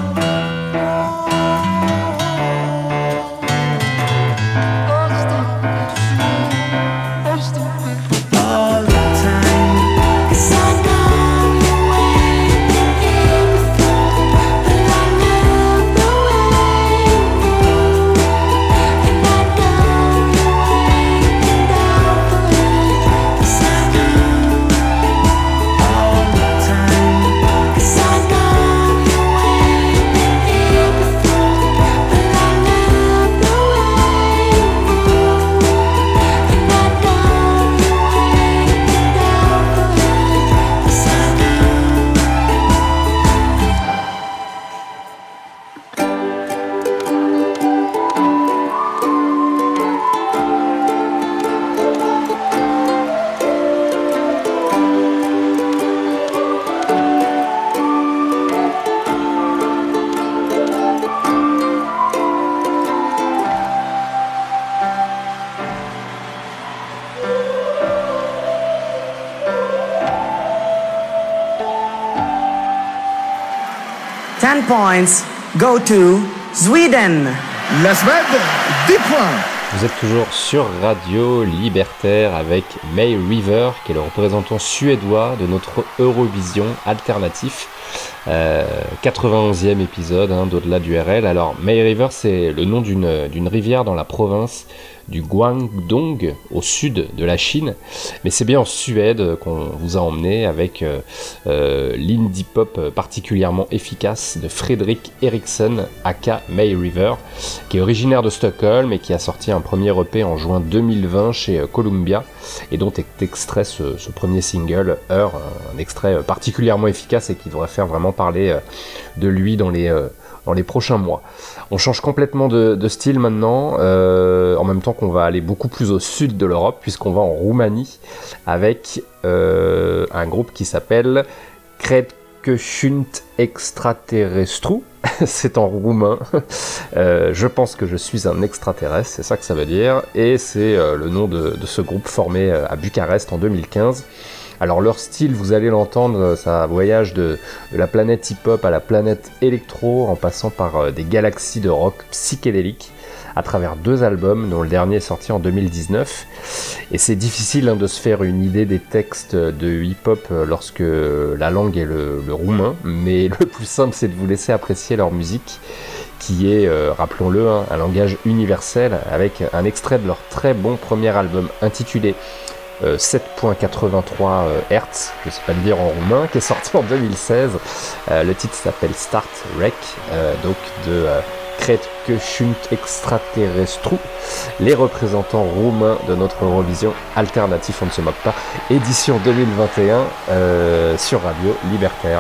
All the time. 'Cause I know you ain't been here before, but I love the way you move. And I know you ain't been down for it, 'cause I know all the time. 'Cause I know you ain't been here before, but I love the way you move. And I know you ain't been down for it, 'cause I know. Ten points go to Sweden. La Suède, 10 points. Vous êtes toujours sur Radio Libertaire avec May River, qui est le représentant suédois de notre Eurovision alternatif. 91e épisode d'Au-delà du RL. Alors, May River, c'est le nom d'une rivière dans la province du Guangdong, au sud de la Chine. Mais c'est bien en Suède qu'on vous a emmené avec l'indie pop particulièrement efficace de Fredrik Eriksson, aka May River, qui est originaire de Stockholm et qui a sorti un premier EP en juin 2020 chez Columbia, et dont est extrait ce premier single, Heure, un extrait particulièrement efficace et qui devrait faire vraiment parler de lui dans les prochains mois. On change complètement de style maintenant, en même temps qu'on va aller beaucoup plus au sud de l'Europe, puisqu'on va en Roumanie avec un groupe qui s'appelle Cred que sunt extraterrestru. C'est en roumain. Je pense que je suis un extraterrestre, c'est ça que ça veut dire. Et c'est le nom de ce groupe formé à Bucarest en 2015. Alors leur style, vous allez l'entendre, ça voyage de la planète hip-hop à la planète électro, en passant par des galaxies de rock psychédélique, à travers 2 albums, dont le dernier est sorti en 2019. Et c'est difficile de se faire une idée des textes de hip-hop lorsque la langue est le roumain, mais le plus simple c'est de vous laisser apprécier leur musique, qui est, rappelons-le, un langage universel, avec un extrait de leur très bon premier album intitulé 7.83 Hz, je sais pas le dire en roumain, qui est sorti en 2016. Le titre s'appelle Start Rec, donc de Cred que sunt extraterrestru, les représentants roumains de notre Eurovision alternatif, on ne se moque pas, édition 2021 sur Radio Libertaire.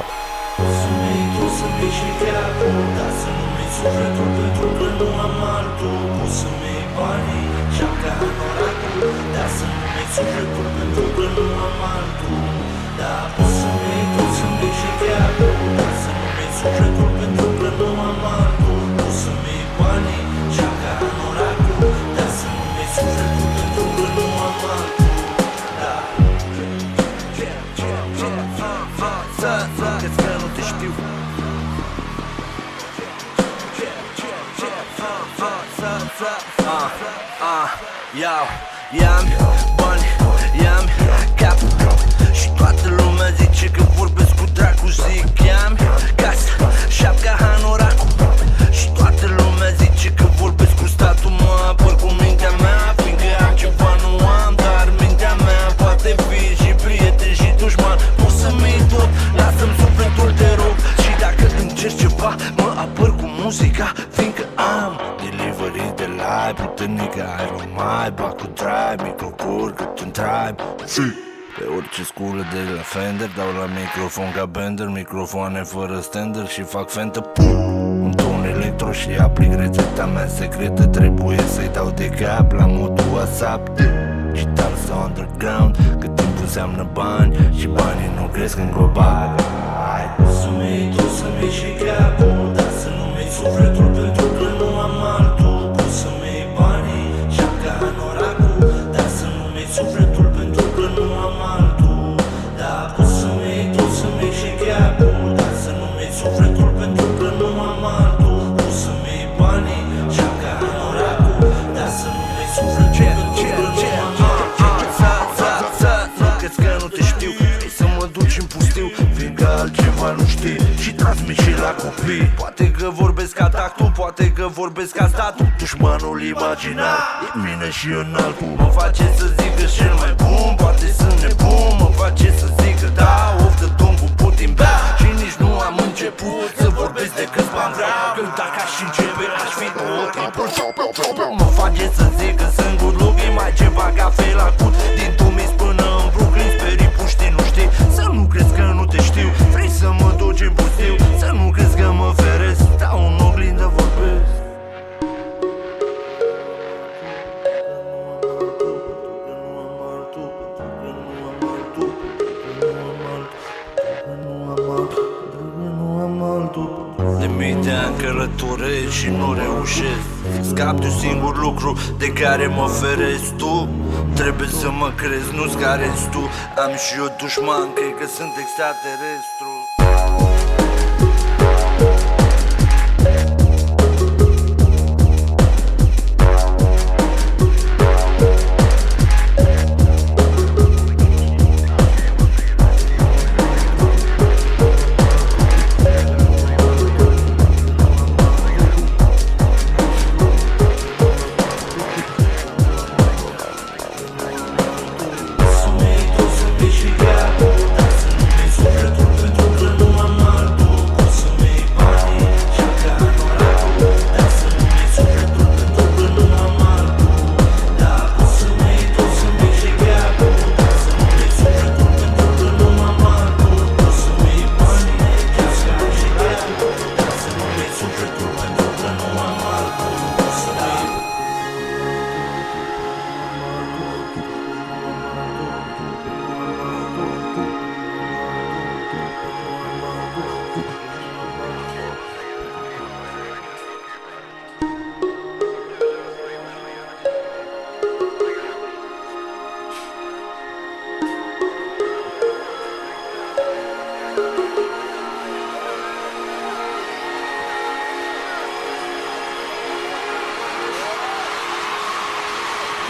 I-am bani, i-am cap și toată lumea zice că vorbesc cu dracu. Zic i-am casa, șapca, hanoracul și toată lumea zice că vorbesc cu statul. Mă apăr cu mintea mea, fiindcă am ceva nu am, dar mintea mea poate fi și prieten și dușman. Poți să-mi iei tot, lasă-mi sufletul, te rog. Și dacă îmi cer ceva, mă apăr cu muzica, fiindcă am delivery de live, puternică aromai, bag cu drive, microcur cât un tribe. Pe orice sculă de la Fender, dau la microfon ca Bender, microfoane fără stander și fac fentă, pum! Un ton electro și aplic rețeta mea secretă, trebuie să-i dau de cap la modul WhatsApp. Și dansă underground, cât timp înseamnă bani și banii nu cresc în global. Hai, să-mi iei tot, să-mi iei și capul, dar să nu-mi iei sufletul, pentru că nu am altul. Poți să-mi iei banii, șapca, hanoracul, dar să nu-mi iei sufletul, pentru că nu am altul. Da, poți să-mi iei tot, să-mi iei și capul, dar să nu-mi iei sufletul, pentru că nu am altul. Poți să-mi iei banii, șapca, hanoracul, dar să nu-mi iei sufletul, pentru că nu am altul. Crezi că nu te știu, vrei să mă duci în pustiu, fiindcă altceva nu știi și transmit și la copii. Poate că vorbesc ca tactul, poate că vorbesc ca statul, dușmanul imaginar e mine și în altul. Mă face să zic că cel mai bun, poate sunt nebun, mă face să zic că da, of the ton cu Putin, bea. Și nici nu am început să vorbesc de câți bani vreau, că dacă aș începe aș fi tot timpul. Mă face să zic că sunt good looking, mai ceva cafe la cut, din Tumis până în Brooklyn, sperii puștii, nu știi. Să nu crezi că nu te știu, vrei să mă duci în pustiu, să nu crezi că mă feresc, stau în oglindă, vorbesc. De mii de ani călătoresc și nu reușesc, scap de un singur lucru de care mă feresc. Tu trebuie să mă crezi, nu-ți carezi tu. Am și eu dușman, cred că sunt extraterestru. Să-mi iei tot, să-mi iei și capul, dar să nu-mi iei sufletul, pentru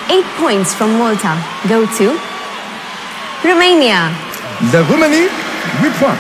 8 points from Malta go to Romania. La Roumanie, 8 points.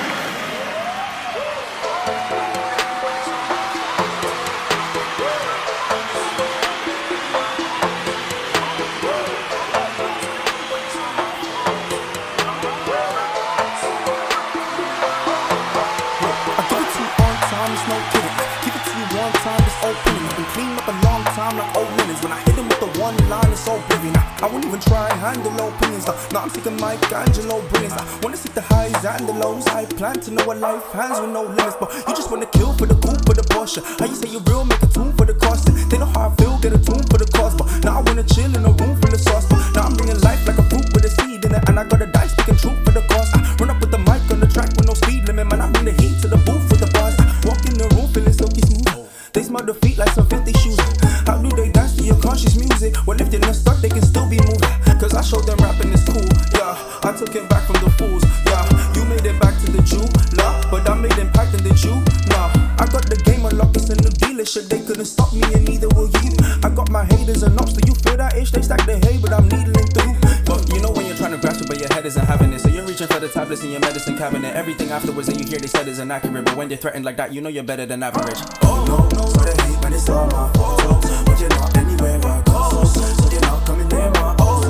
I won't even try handle opinions. Now I'm sick of Michelangelo brilliance. I wanna see the highs and the lows. I plan to know a life hands with no limits, but you just wanna kill for the coupe for the Porsche. How you say you're real, make a tune for the cost. They know how I feel, get a tune for the cost. But now I wanna chill in a room full of sauce. But now I'm bringing life like a fruit with a seed in it, and I got a die speaking truth for the cost. I run up with the mic on the track with no speed limit, man. I bring the heat to the booth with the bars. I walk in the room feeling silky smooth. They smell the feet like some filthy shoes. How do they dance to your conscious music? Well, if they're not stuck, they can still be moved. Cause I showed them rapping is cool, yeah. I took it back from the fools, yeah. You made it back to the Jew, nah. But I made impact in the Jew, nah. I got the game unlocked, it's a new dealership. They couldn't stop me and neither will you. I got my haters and ups, do you feel that itch? They stack the hay, but I'm needling through. But you know when you're trying to grasp it, but your head isn't having it. So you're reaching for the tablets in your medicine cabinet. Everything afterwards that you hear they said is inaccurate. But when they're threatened like that, you know you're better than average. Oh no, no, so they hate when it's all my fault. But you're not anywhere I go. So you're not coming near my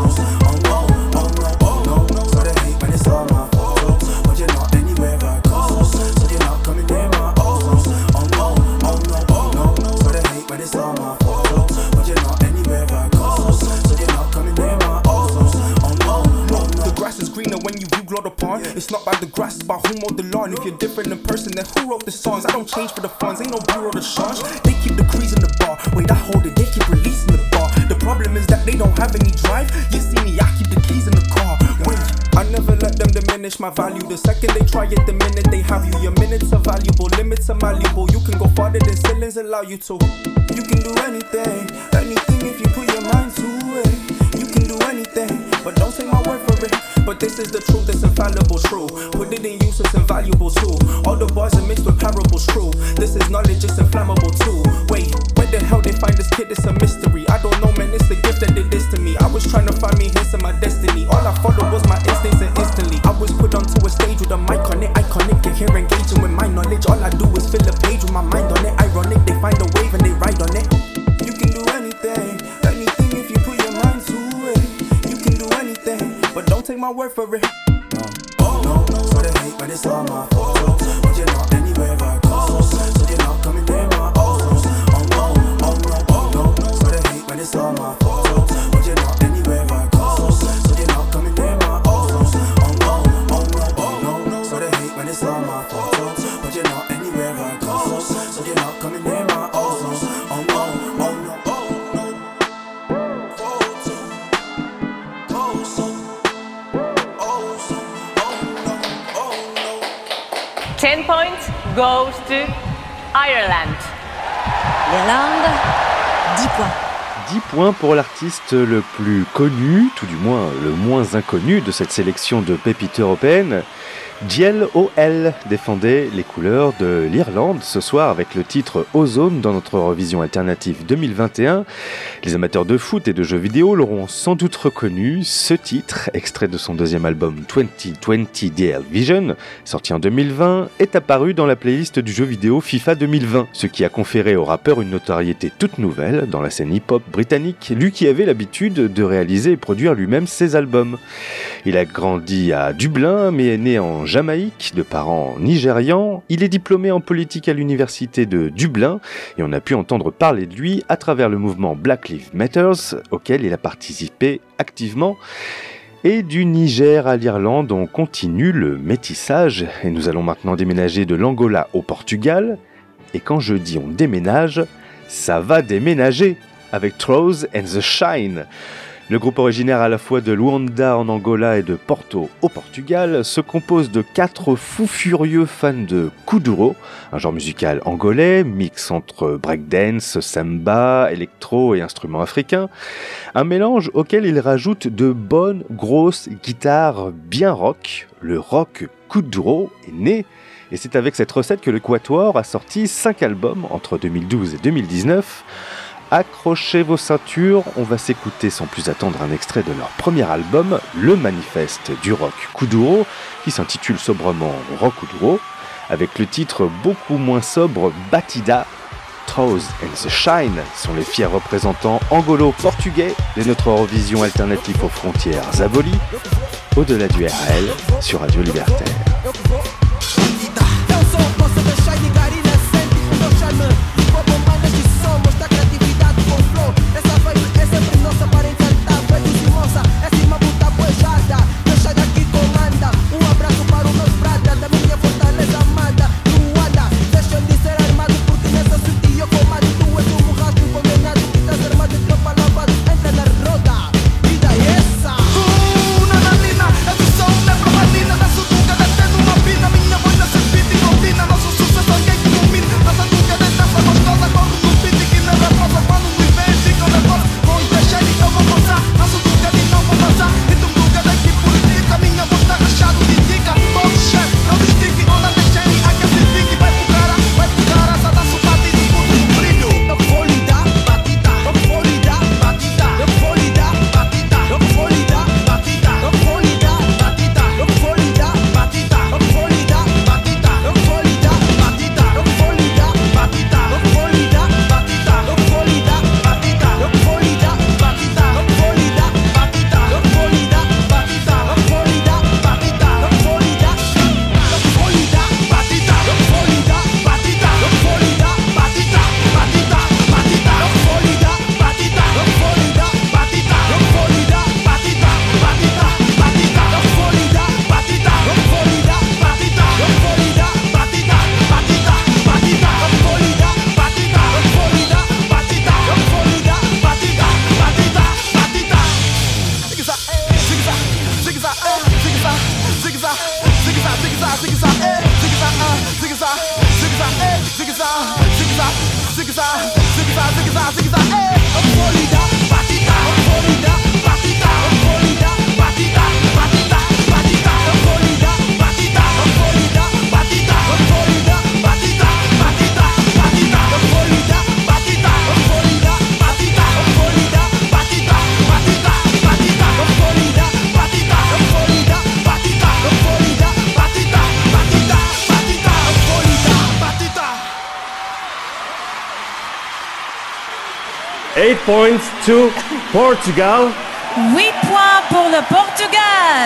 it's not by the grass, it's by who mowed the lawn. If you're different in person, then who wrote the songs? I don't change for the funds, ain't no bureau to charge. They keep the crease in the bar, wait I hold it, they keep releasing the bar. The problem is that they don't have any drive. You see me, I keep the keys in the car. Wait, I never let them diminish my value. The second they try it, the minute they have you. Your minutes are valuable, limits are malleable. You can go farther than ceilings allow you to. You can do anything, anything if you put your mind to it. You can do anything, but don't take my word for it. But this is the truth, it's infallible, true. Put it in use, it's invaluable too. All the bars are mixed with parables, true. This is knowledge, it's inflammable too. Wait, where the hell they find this kid, it's a mystery. I don't know man, it's the gift that did this to me. I was trying to find me hints in my destiny. All I followed was my instincts and instantly I was put onto a stage with a mic on it. Iconic, get here engaging with my knowledge. All I do is fill a page with my mind on it. Ironic, they find a wave and they ride on it. You can do anything, anything if you put your mind to it. You can do anything, but don't take my word for it. No, so they hate when it's all my fault. But you're not anywhere I go. So you're not coming near my oh no, so they hate when it's all my fault. But you're not anywhere I go. So you're not coming near my oh no, so they hate when it's all my fault. But you're not anywhere I go. So you're not coming near my oh no. 10 points goes to Ireland. L'Irlande, 10 points. 10 points pour l'artiste le plus connu, tout du moins le moins inconnu de cette sélection de pépites européennes. JLOL défendait les couleurs de l'Irlande ce soir avec le titre Ozone dans notre Eurovision alternative 2021. Les amateurs de foot et de jeux vidéo l'auront sans doute reconnu. Ce titre, extrait de son deuxième album 2020 DL Vision, sorti en 2020, est apparu dans la playlist du jeu vidéo FIFA 2020, ce qui a conféré au rappeur une notoriété toute nouvelle dans la scène hip-hop britannique, lui qui avait l'habitude de réaliser et produire lui-même ses albums. Il a grandi à Dublin, mais est né en Jamaïque, de parents nigérians. Il est diplômé en politique à l'université de Dublin et on a pu entendre parler de lui à travers le mouvement Black Lives Matter auquel il a participé activement. Et du Niger à l'Irlande, on continue le métissage et nous allons maintenant déménager de l'Angola au Portugal. Et quand je dis on déménage, ça va déménager avec Throws and the Shine. Le groupe originaire à la fois de Luanda en Angola et de Porto au Portugal se compose de 4 fous furieux fans de kuduro, un genre musical angolais, mix entre breakdance, samba, électro et instruments africains, un mélange auquel ils rajoutent de bonnes grosses guitares bien rock. Le rock kuduro est né, et c'est avec cette recette que le Quatuor a sorti 5 albums entre 2012 et 2019, accrochez vos ceintures, on va s'écouter sans plus attendre un extrait de leur premier album, Le Manifeste du rock Kuduro, qui s'intitule sobrement Rock Kuduro, avec le titre beaucoup moins sobre Batida. Throws and the Shine sont les fiers représentants angolo-portugais de notre Eurovision alternative aux frontières abolies, au-delà du RL sur Radio Libertaire. Points to Portugal. 8 points pour le Portugal.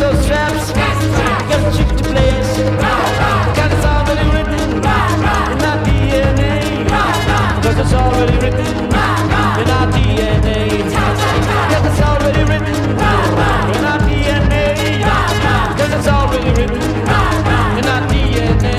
Got a chick to play. Got it's already written. already written in our DNA. Yes, it's already written in our DNA. Yes, it's already written in our DNA.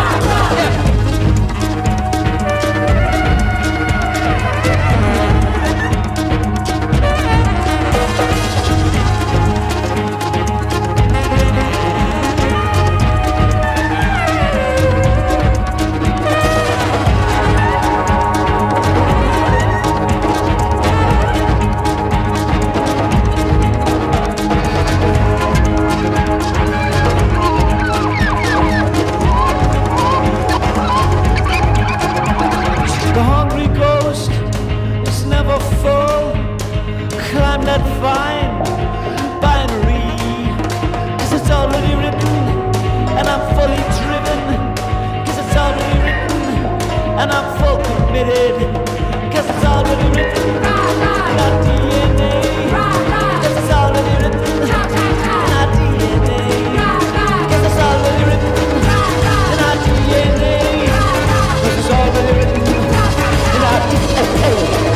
The hungry ghost is never full. Climb that fine binary, 'cause it's already written, and I'm fully driven. 'Cause it's already written, and I'm full committed. 'Cause it's already written in our DNA. 'Cause it's already written in our DNA. 'Cause it's already written in our DNA. 'Cause it's already written in our DNA.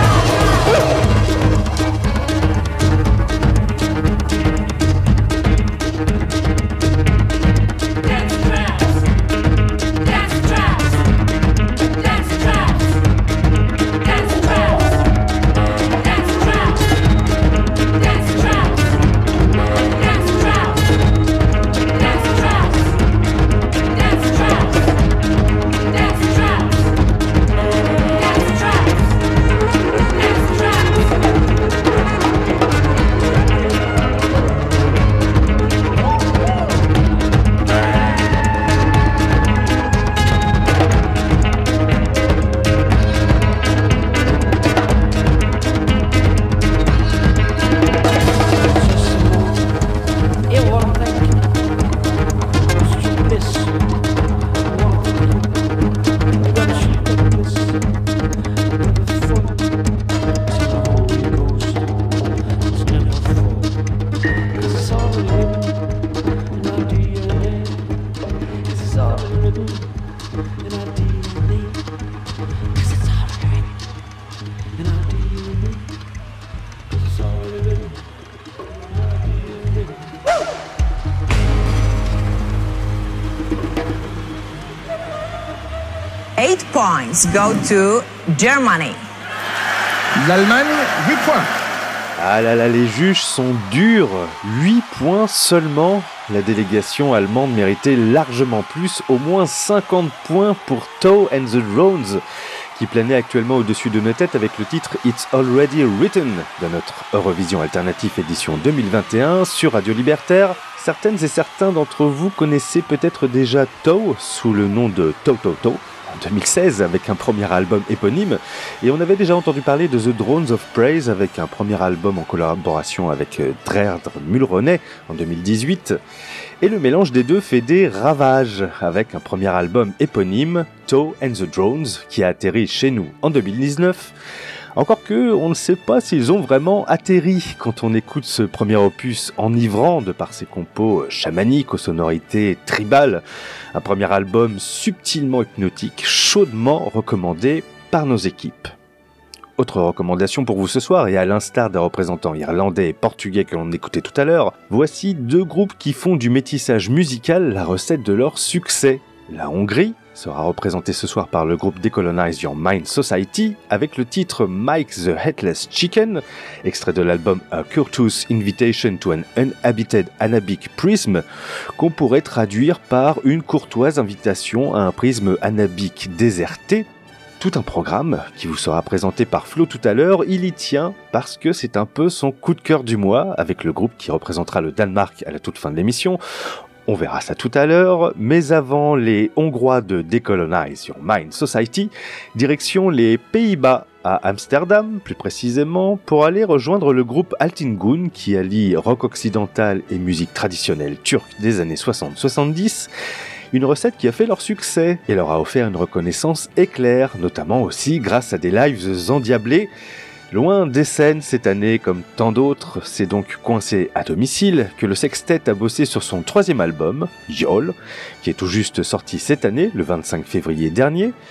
Eight points go to Germany. L'Allemagne, 8 points. Ah là là, les juges sont durs. 8 points seulement. La délégation allemande méritait largement plus, au moins 50 points pour Toe and the Drones, qui planait actuellement au-dessus de nos têtes avec le titre It's Already Written de notre Eurovision Alternative édition 2021 sur Radio Libertaire. Certaines et certains d'entre vous connaissaient peut-être déjà Toe sous le nom de Toe Toe Toe en 2016 avec un premier album éponyme, et on avait déjà entendu parler de The Drones of Praise avec un premier album en collaboration avec Deirdre Mulroney en 2018, et le mélange des deux fait des ravages avec un premier album éponyme, Toe and the Drones, qui a atterri chez nous en 2019. Encore que, on ne sait pas s'ils ont vraiment atterri quand on écoute ce premier opus enivrant de par ses compos chamaniques aux sonorités tribales. Un premier album subtilement hypnotique, chaudement recommandé par nos équipes. Autre recommandation pour vous ce soir, et à l'instar des représentants irlandais et portugais que l'on écoutait tout à l'heure, voici deux groupes qui font du métissage musical la recette de leur succès. La Hongrie sera représentée ce soir par le groupe Decolonize Your Mind Society avec le titre Mike the Headless Chicken, extrait de l'album A Courteous Invitation to an Uninhabited Anabic Prism, qu'on pourrait traduire par une courtoise invitation à un prisme anabique déserté. Tout un programme qui vous sera présenté par Flo tout à l'heure. Il y tient parce que c'est un peu son coup de cœur du mois avec le groupe qui représentera le Danemark à la toute fin de l'émission. On verra ça tout à l'heure, mais avant les Hongrois de Decolonize Your Mind Society, direction les Pays-Bas, à Amsterdam plus précisément, pour aller rejoindre le groupe Altingun qui allie rock occidental et musique traditionnelle turque des années 60-70, une recette qui a fait leur succès et leur a offert une reconnaissance éclair, notamment aussi grâce à des lives endiablés. Loin des scènes cette année comme tant d'autres, c'est donc coincé à domicile que le sextet a bossé sur son troisième album, Yol, qui est tout juste sorti cette année, le 25 février dernier.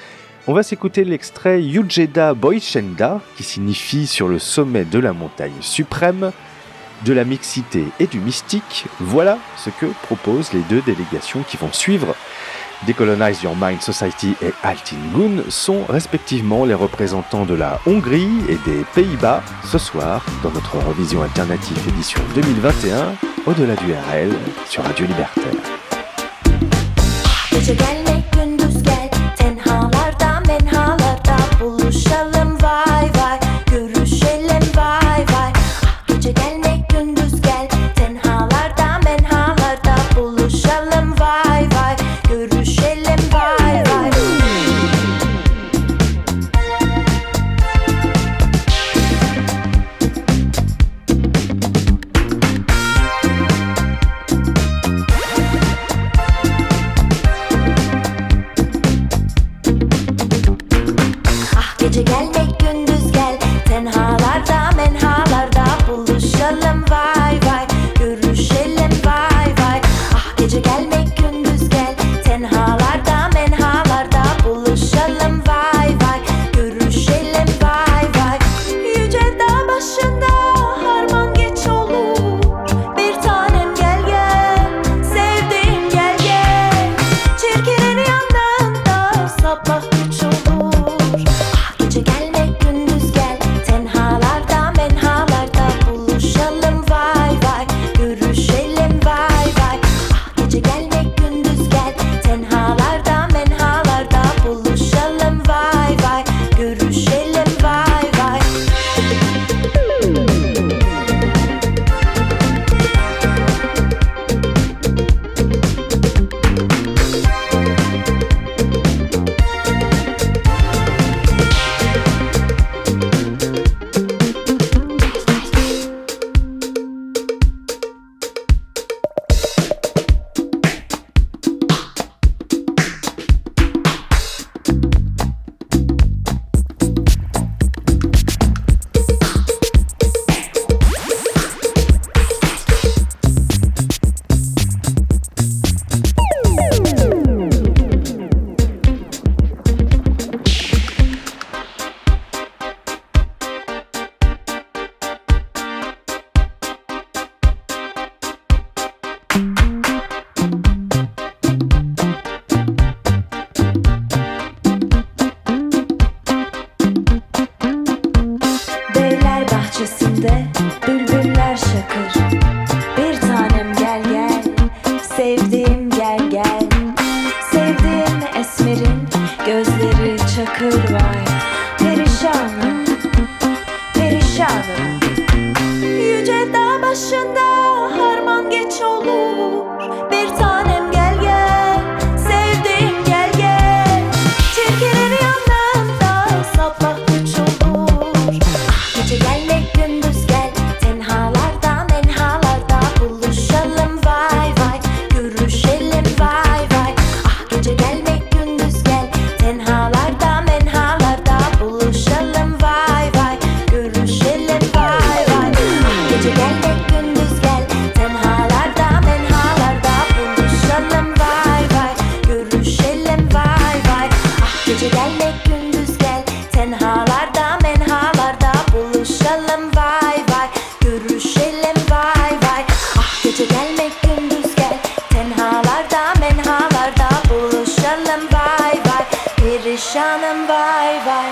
On va s'écouter l'extrait Yujeda Boishenda, qui signifie sur le sommet de la montagne suprême, de la mixité et du mystique. Voilà ce que proposent les deux délégations qui vont suivre. Decolonize Your Mind Society et Altingun sont respectivement les représentants de la Hongrie et des Pays-Bas ce soir dans notre Eurovision alternative édition 2021 au-delà du RL sur Radio Libertaire. Gece gelmek gündüz gel tenhalarda menhalarda buluşalım vay vay görüşelim vay vay. Gece gelmek gündüz gel tenhalarda menhalarda buluşalım vay vay görüşelim vay vay. Gece gelmek gündüz gel tenhalarda menhalarda buluşalım vay vay görüşelim vay vay. Ah gece gelmek gündüz gel tenhalarda menhalarda buluşalım vay vay görüşelim vay vay. Yüce dağ başında harman geç olur bir tanem gel gel sevdiğim gel gel çirkinin yanında sabah güç olur. Gece gelmek gündüz gel tenhalarda menhalarda buluşalım vay vay görüşelim vay vay. Ah gece gelmek gündüz gel tenhalarda menhalarda buluşalım vay vay görüşelim vay vay. Beyler bahçesinde bülbüller şakır. Bir tanem gel gel, sevdiğim gel gel. Sevdiğim esmerin gözleri çakır vay. Perişanım, perişanım. Yüce dağ başında harman geç olur. Bir tanem gel gel, sevdiğim gel gel. Çirkinin yanında sabah güç olur. Gece gelmek gündüz gel tenhalarda menhalarda buluşalım vay vay görüşelim vay vay. Ah gece gelmek gündüz gel tenhalarda menhalarda buluşalım vay vay görüşelim vay vay. Ah gece gelmek gündüz gel tenhalarda menhalarda buluşalım vay vay görüşelim vay vay. Ah gece gelmek gündüz gel tenhalarda menhalarda buluşalım vay vay görüşelim vay vay. Ah gece gelmek gündüz gel tenhalarda menhalarda buluşalım vay vay perişanım vay vay.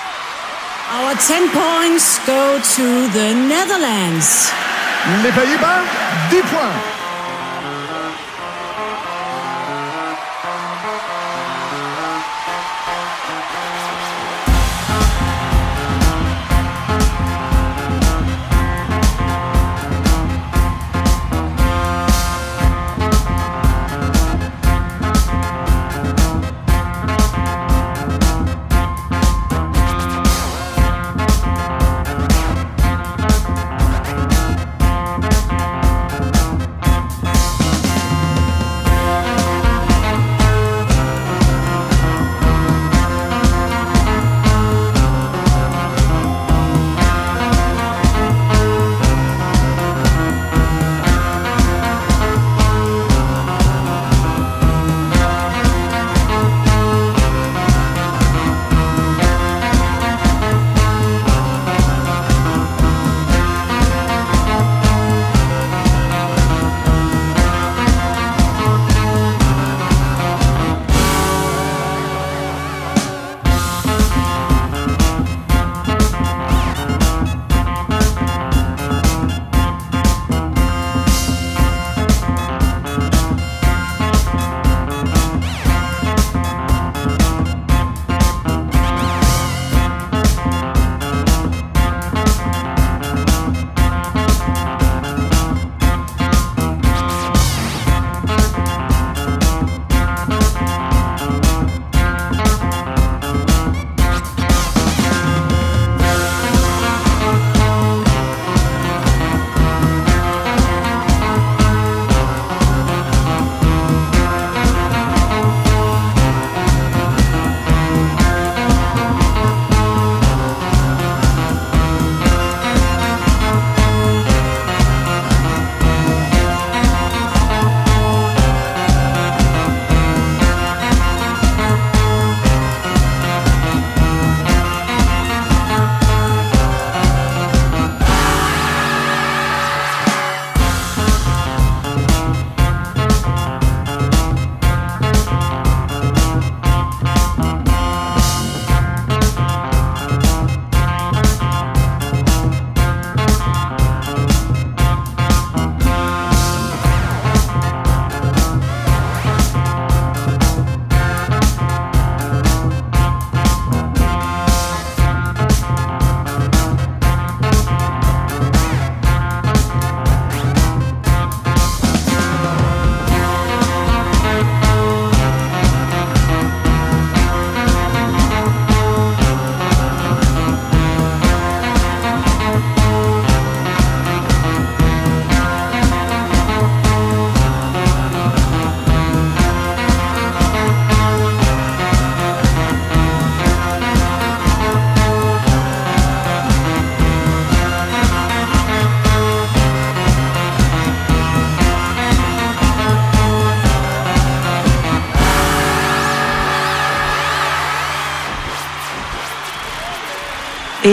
Our 10 points go to the Netherlands. Les Pays-Bas, 10 points.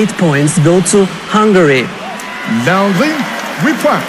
8 points go to Hungary. La Hongrie, 8 points.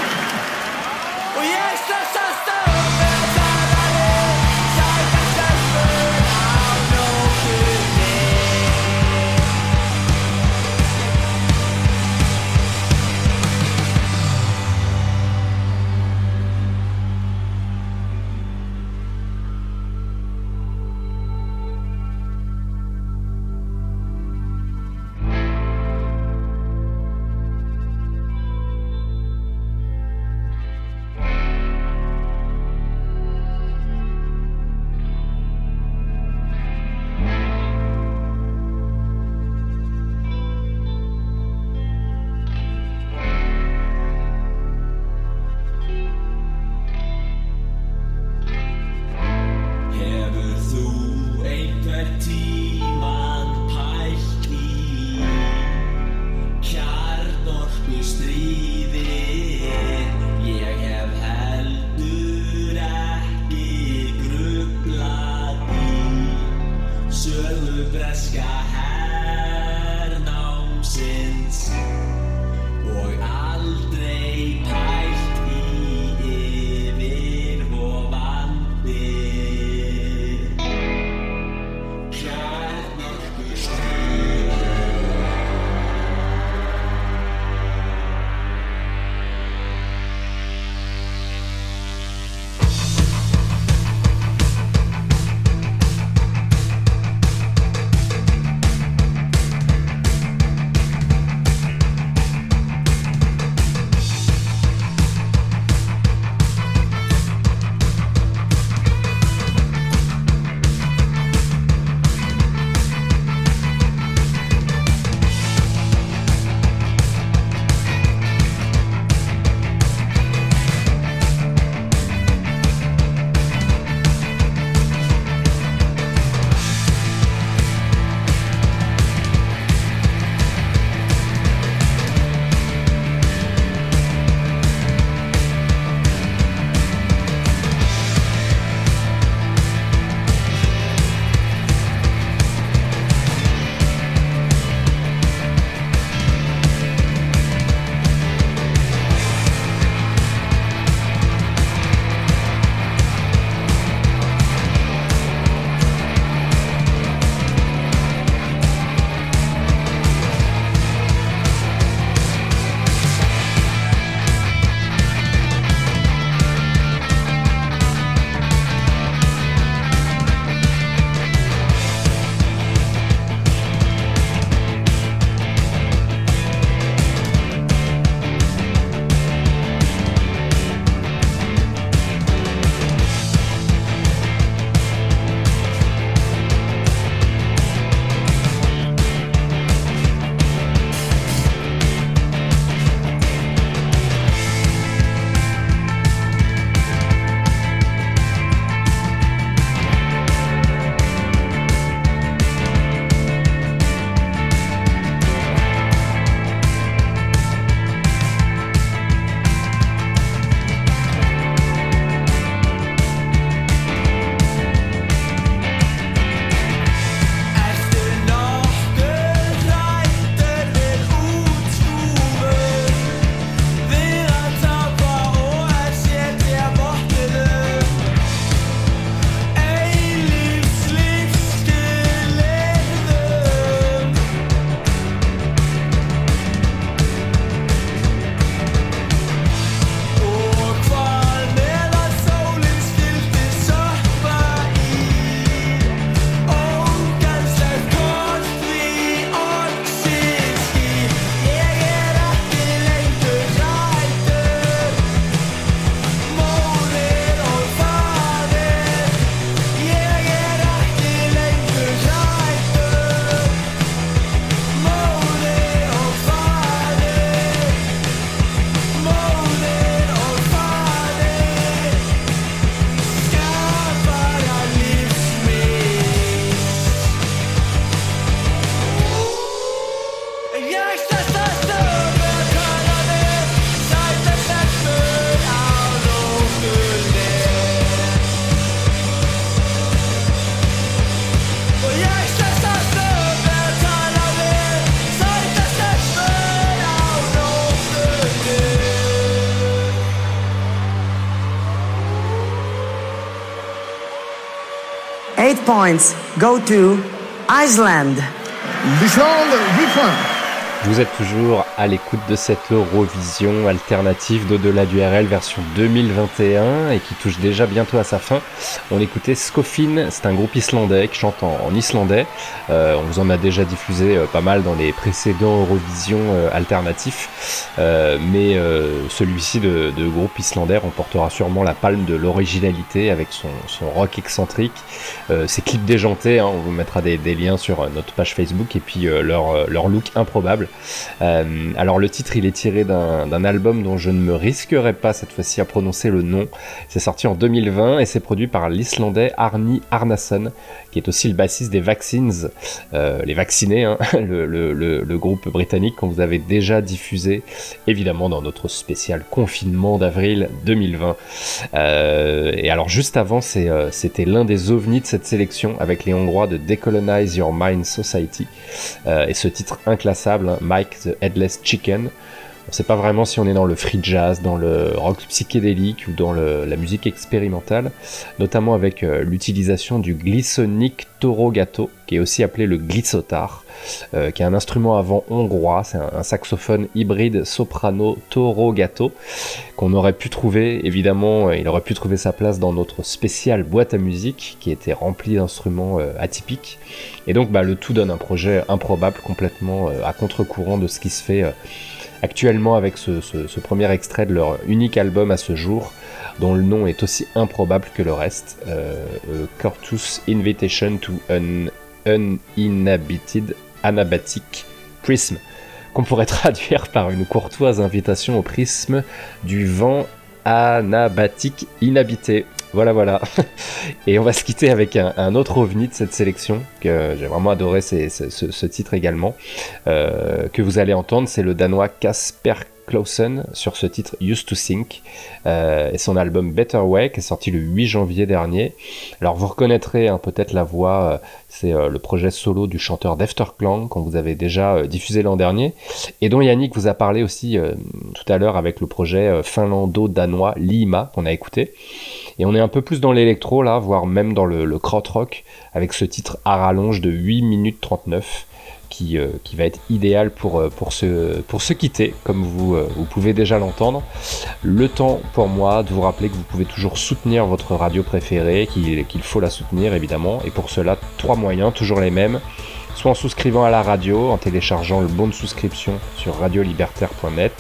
points go to Iceland. L'Islande, 8 points. Vous êtes toujours à l'écoute de cette Eurovision alternative d'au-delà du RL version 2021 et qui touche déjà bientôt à sa fin. On écoutait Skofin, c'est un groupe islandais qui chante en islandais. On vous en a déjà diffusé pas mal dans les précédents Eurovision alternatifs, mais celui-ci de groupe islandais remportera sûrement la palme de l'originalité avec son rock excentrique, ses clips déjantés, hein, on vous mettra des liens sur notre page Facebook, et puis leur look improbable. Alors le titre, il est tiré d'un album dont je ne me risquerai pas cette fois-ci à prononcer le nom. C'est sorti en 2020 et c'est produit par l'Islandais Arni Arnason, qui est aussi le bassiste des Vaccines, les vaccinés, hein, le groupe britannique qu'on vous avait déjà diffusé évidemment dans notre spécial confinement d'avril 2020. Et alors juste avant, c'était l'un des ovnis de cette sélection avec les Hongrois de Decolonize Your Mind Society, et ce titre inclassable, hein, Mike the Headless Chicken. On ne sait pas vraiment si on est dans le free jazz, dans le rock psychédélique ou dans la musique expérimentale, notamment avec l'utilisation du glissonic torogato, qui est aussi appelé le glissotar, qui est un instrument à vent hongrois. C'est un saxophone hybride soprano torogato qu'on aurait pu trouver, évidemment, il aurait pu trouver sa place dans notre spéciale boîte à musique qui était remplie d'instruments atypiques. Et donc le tout donne un projet improbable, complètement à contre-courant de ce qui se fait actuellement avec ce premier extrait de leur unique album à ce jour, dont le nom est aussi improbable que le reste, Cortus Invitation to an Uninhabited Anabatic Prism, qu'on pourrait traduire par une courtoise invitation au prisme du vent anabatique inhabité. Voilà. Et on va se quitter avec un autre ovni de cette sélection, que j'ai vraiment adoré ce titre également, que vous allez entendre. C'est le Danois Kasper Clausen sur ce titre Used to Think, et son album Better Way qui est sorti le 8 janvier dernier. Alors vous reconnaîtrez peut-être la voix, c'est le projet solo du chanteur d'Efterklang qu'on vous avait déjà diffusé l'an dernier, et dont Yannick vous a parlé aussi tout à l'heure avec le projet finlando-danois Liima qu'on a écouté. Et on est un peu plus dans l'électro là, voire même dans le krautrock, avec ce titre à rallonge de 8 minutes 39 qui va être idéal pour se quitter, comme vous pouvez déjà l'entendre. Le temps pour moi de vous rappeler que vous pouvez toujours soutenir votre radio préférée, qu'il faut la soutenir évidemment, et pour cela 3 moyens, toujours les mêmes: soit en souscrivant à la radio, en téléchargeant le bon de souscription sur radiolibertaire.net,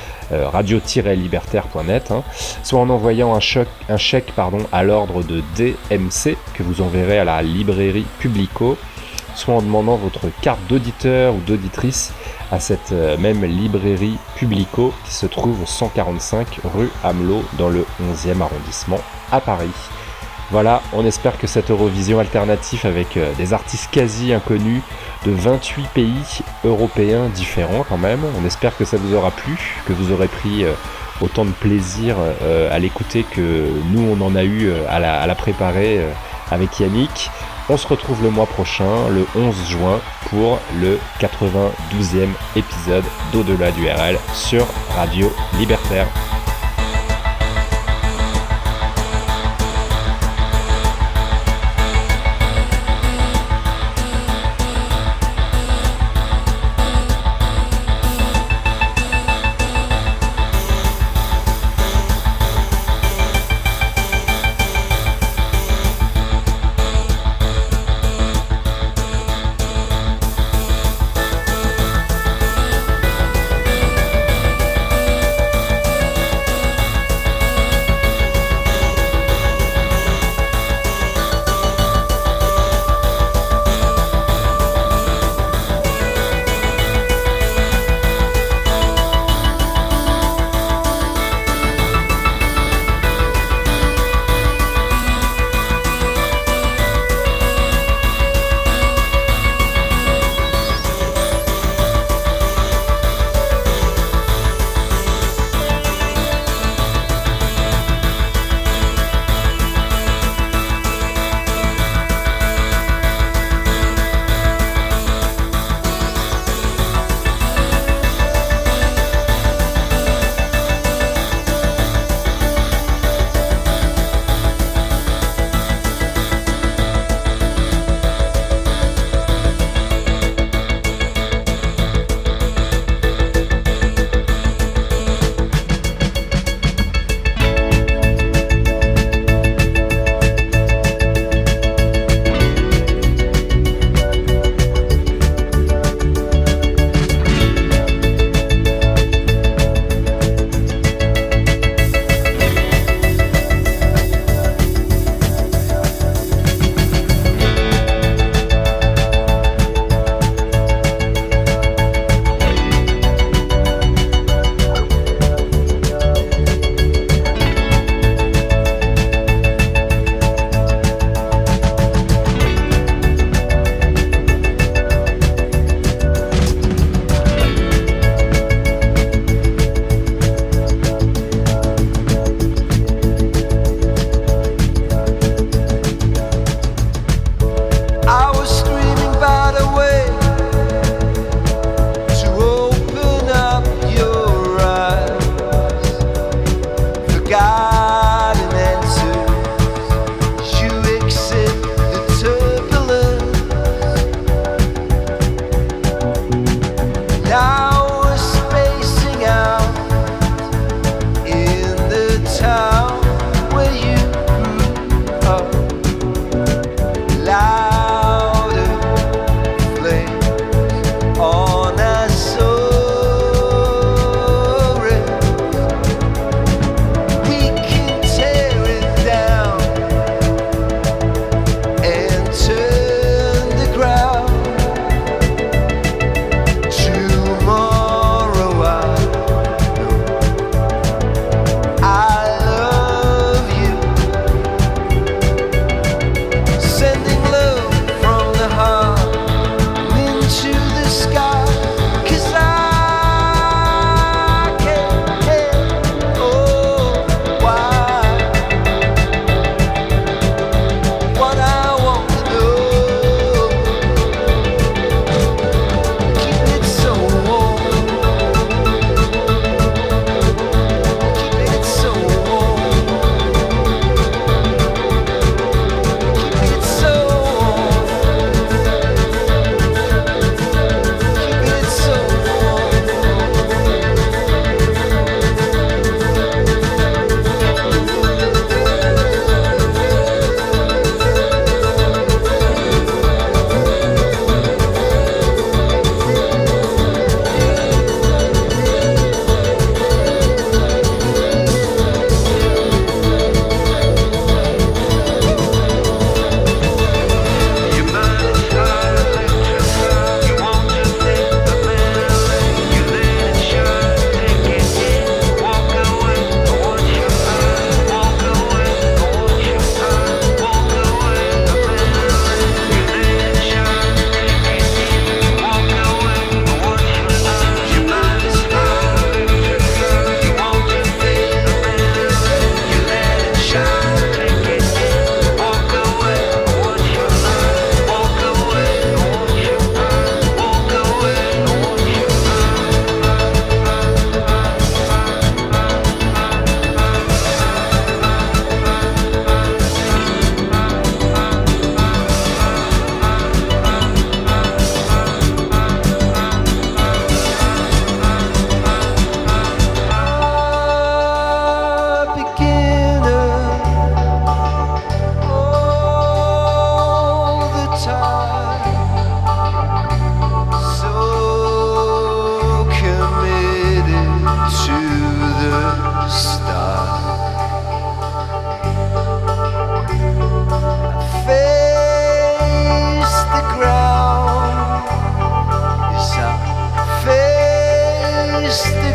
radio-libertaire.net, hein, soit en envoyant un chèque à l'ordre de DMC que vous enverrez à la librairie Publico, soit en demandant votre carte d'auditeur ou d'auditrice à cette même librairie Publico qui se trouve au 145 rue Amelot dans le 11e arrondissement à Paris. Voilà, on espère que cette Eurovision alternative avec des artistes quasi inconnus de 28 pays européens différents quand même, on espère que ça vous aura plu, que vous aurez pris autant de plaisir à l'écouter que nous on en a eu à la préparer avec Yannick. On se retrouve le mois prochain, le 11 juin, pour le 92e épisode d'Au-delà du RL sur Radio Libertaire.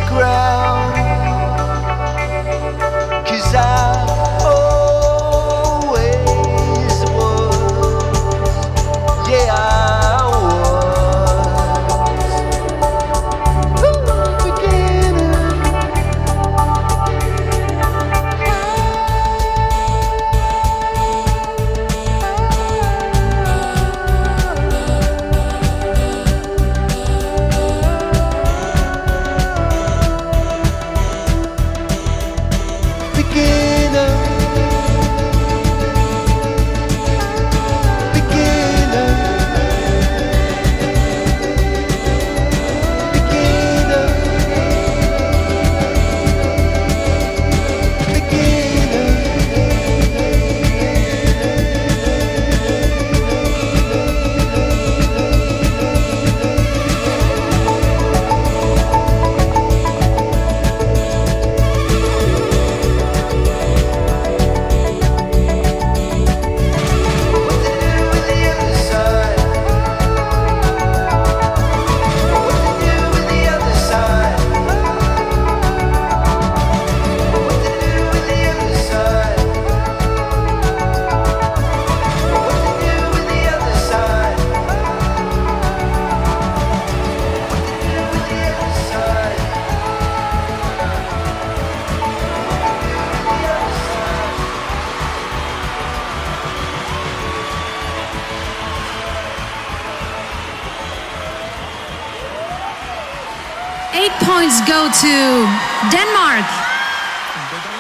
ground. 'Cause I always was, yeah, I Points go to Denmark.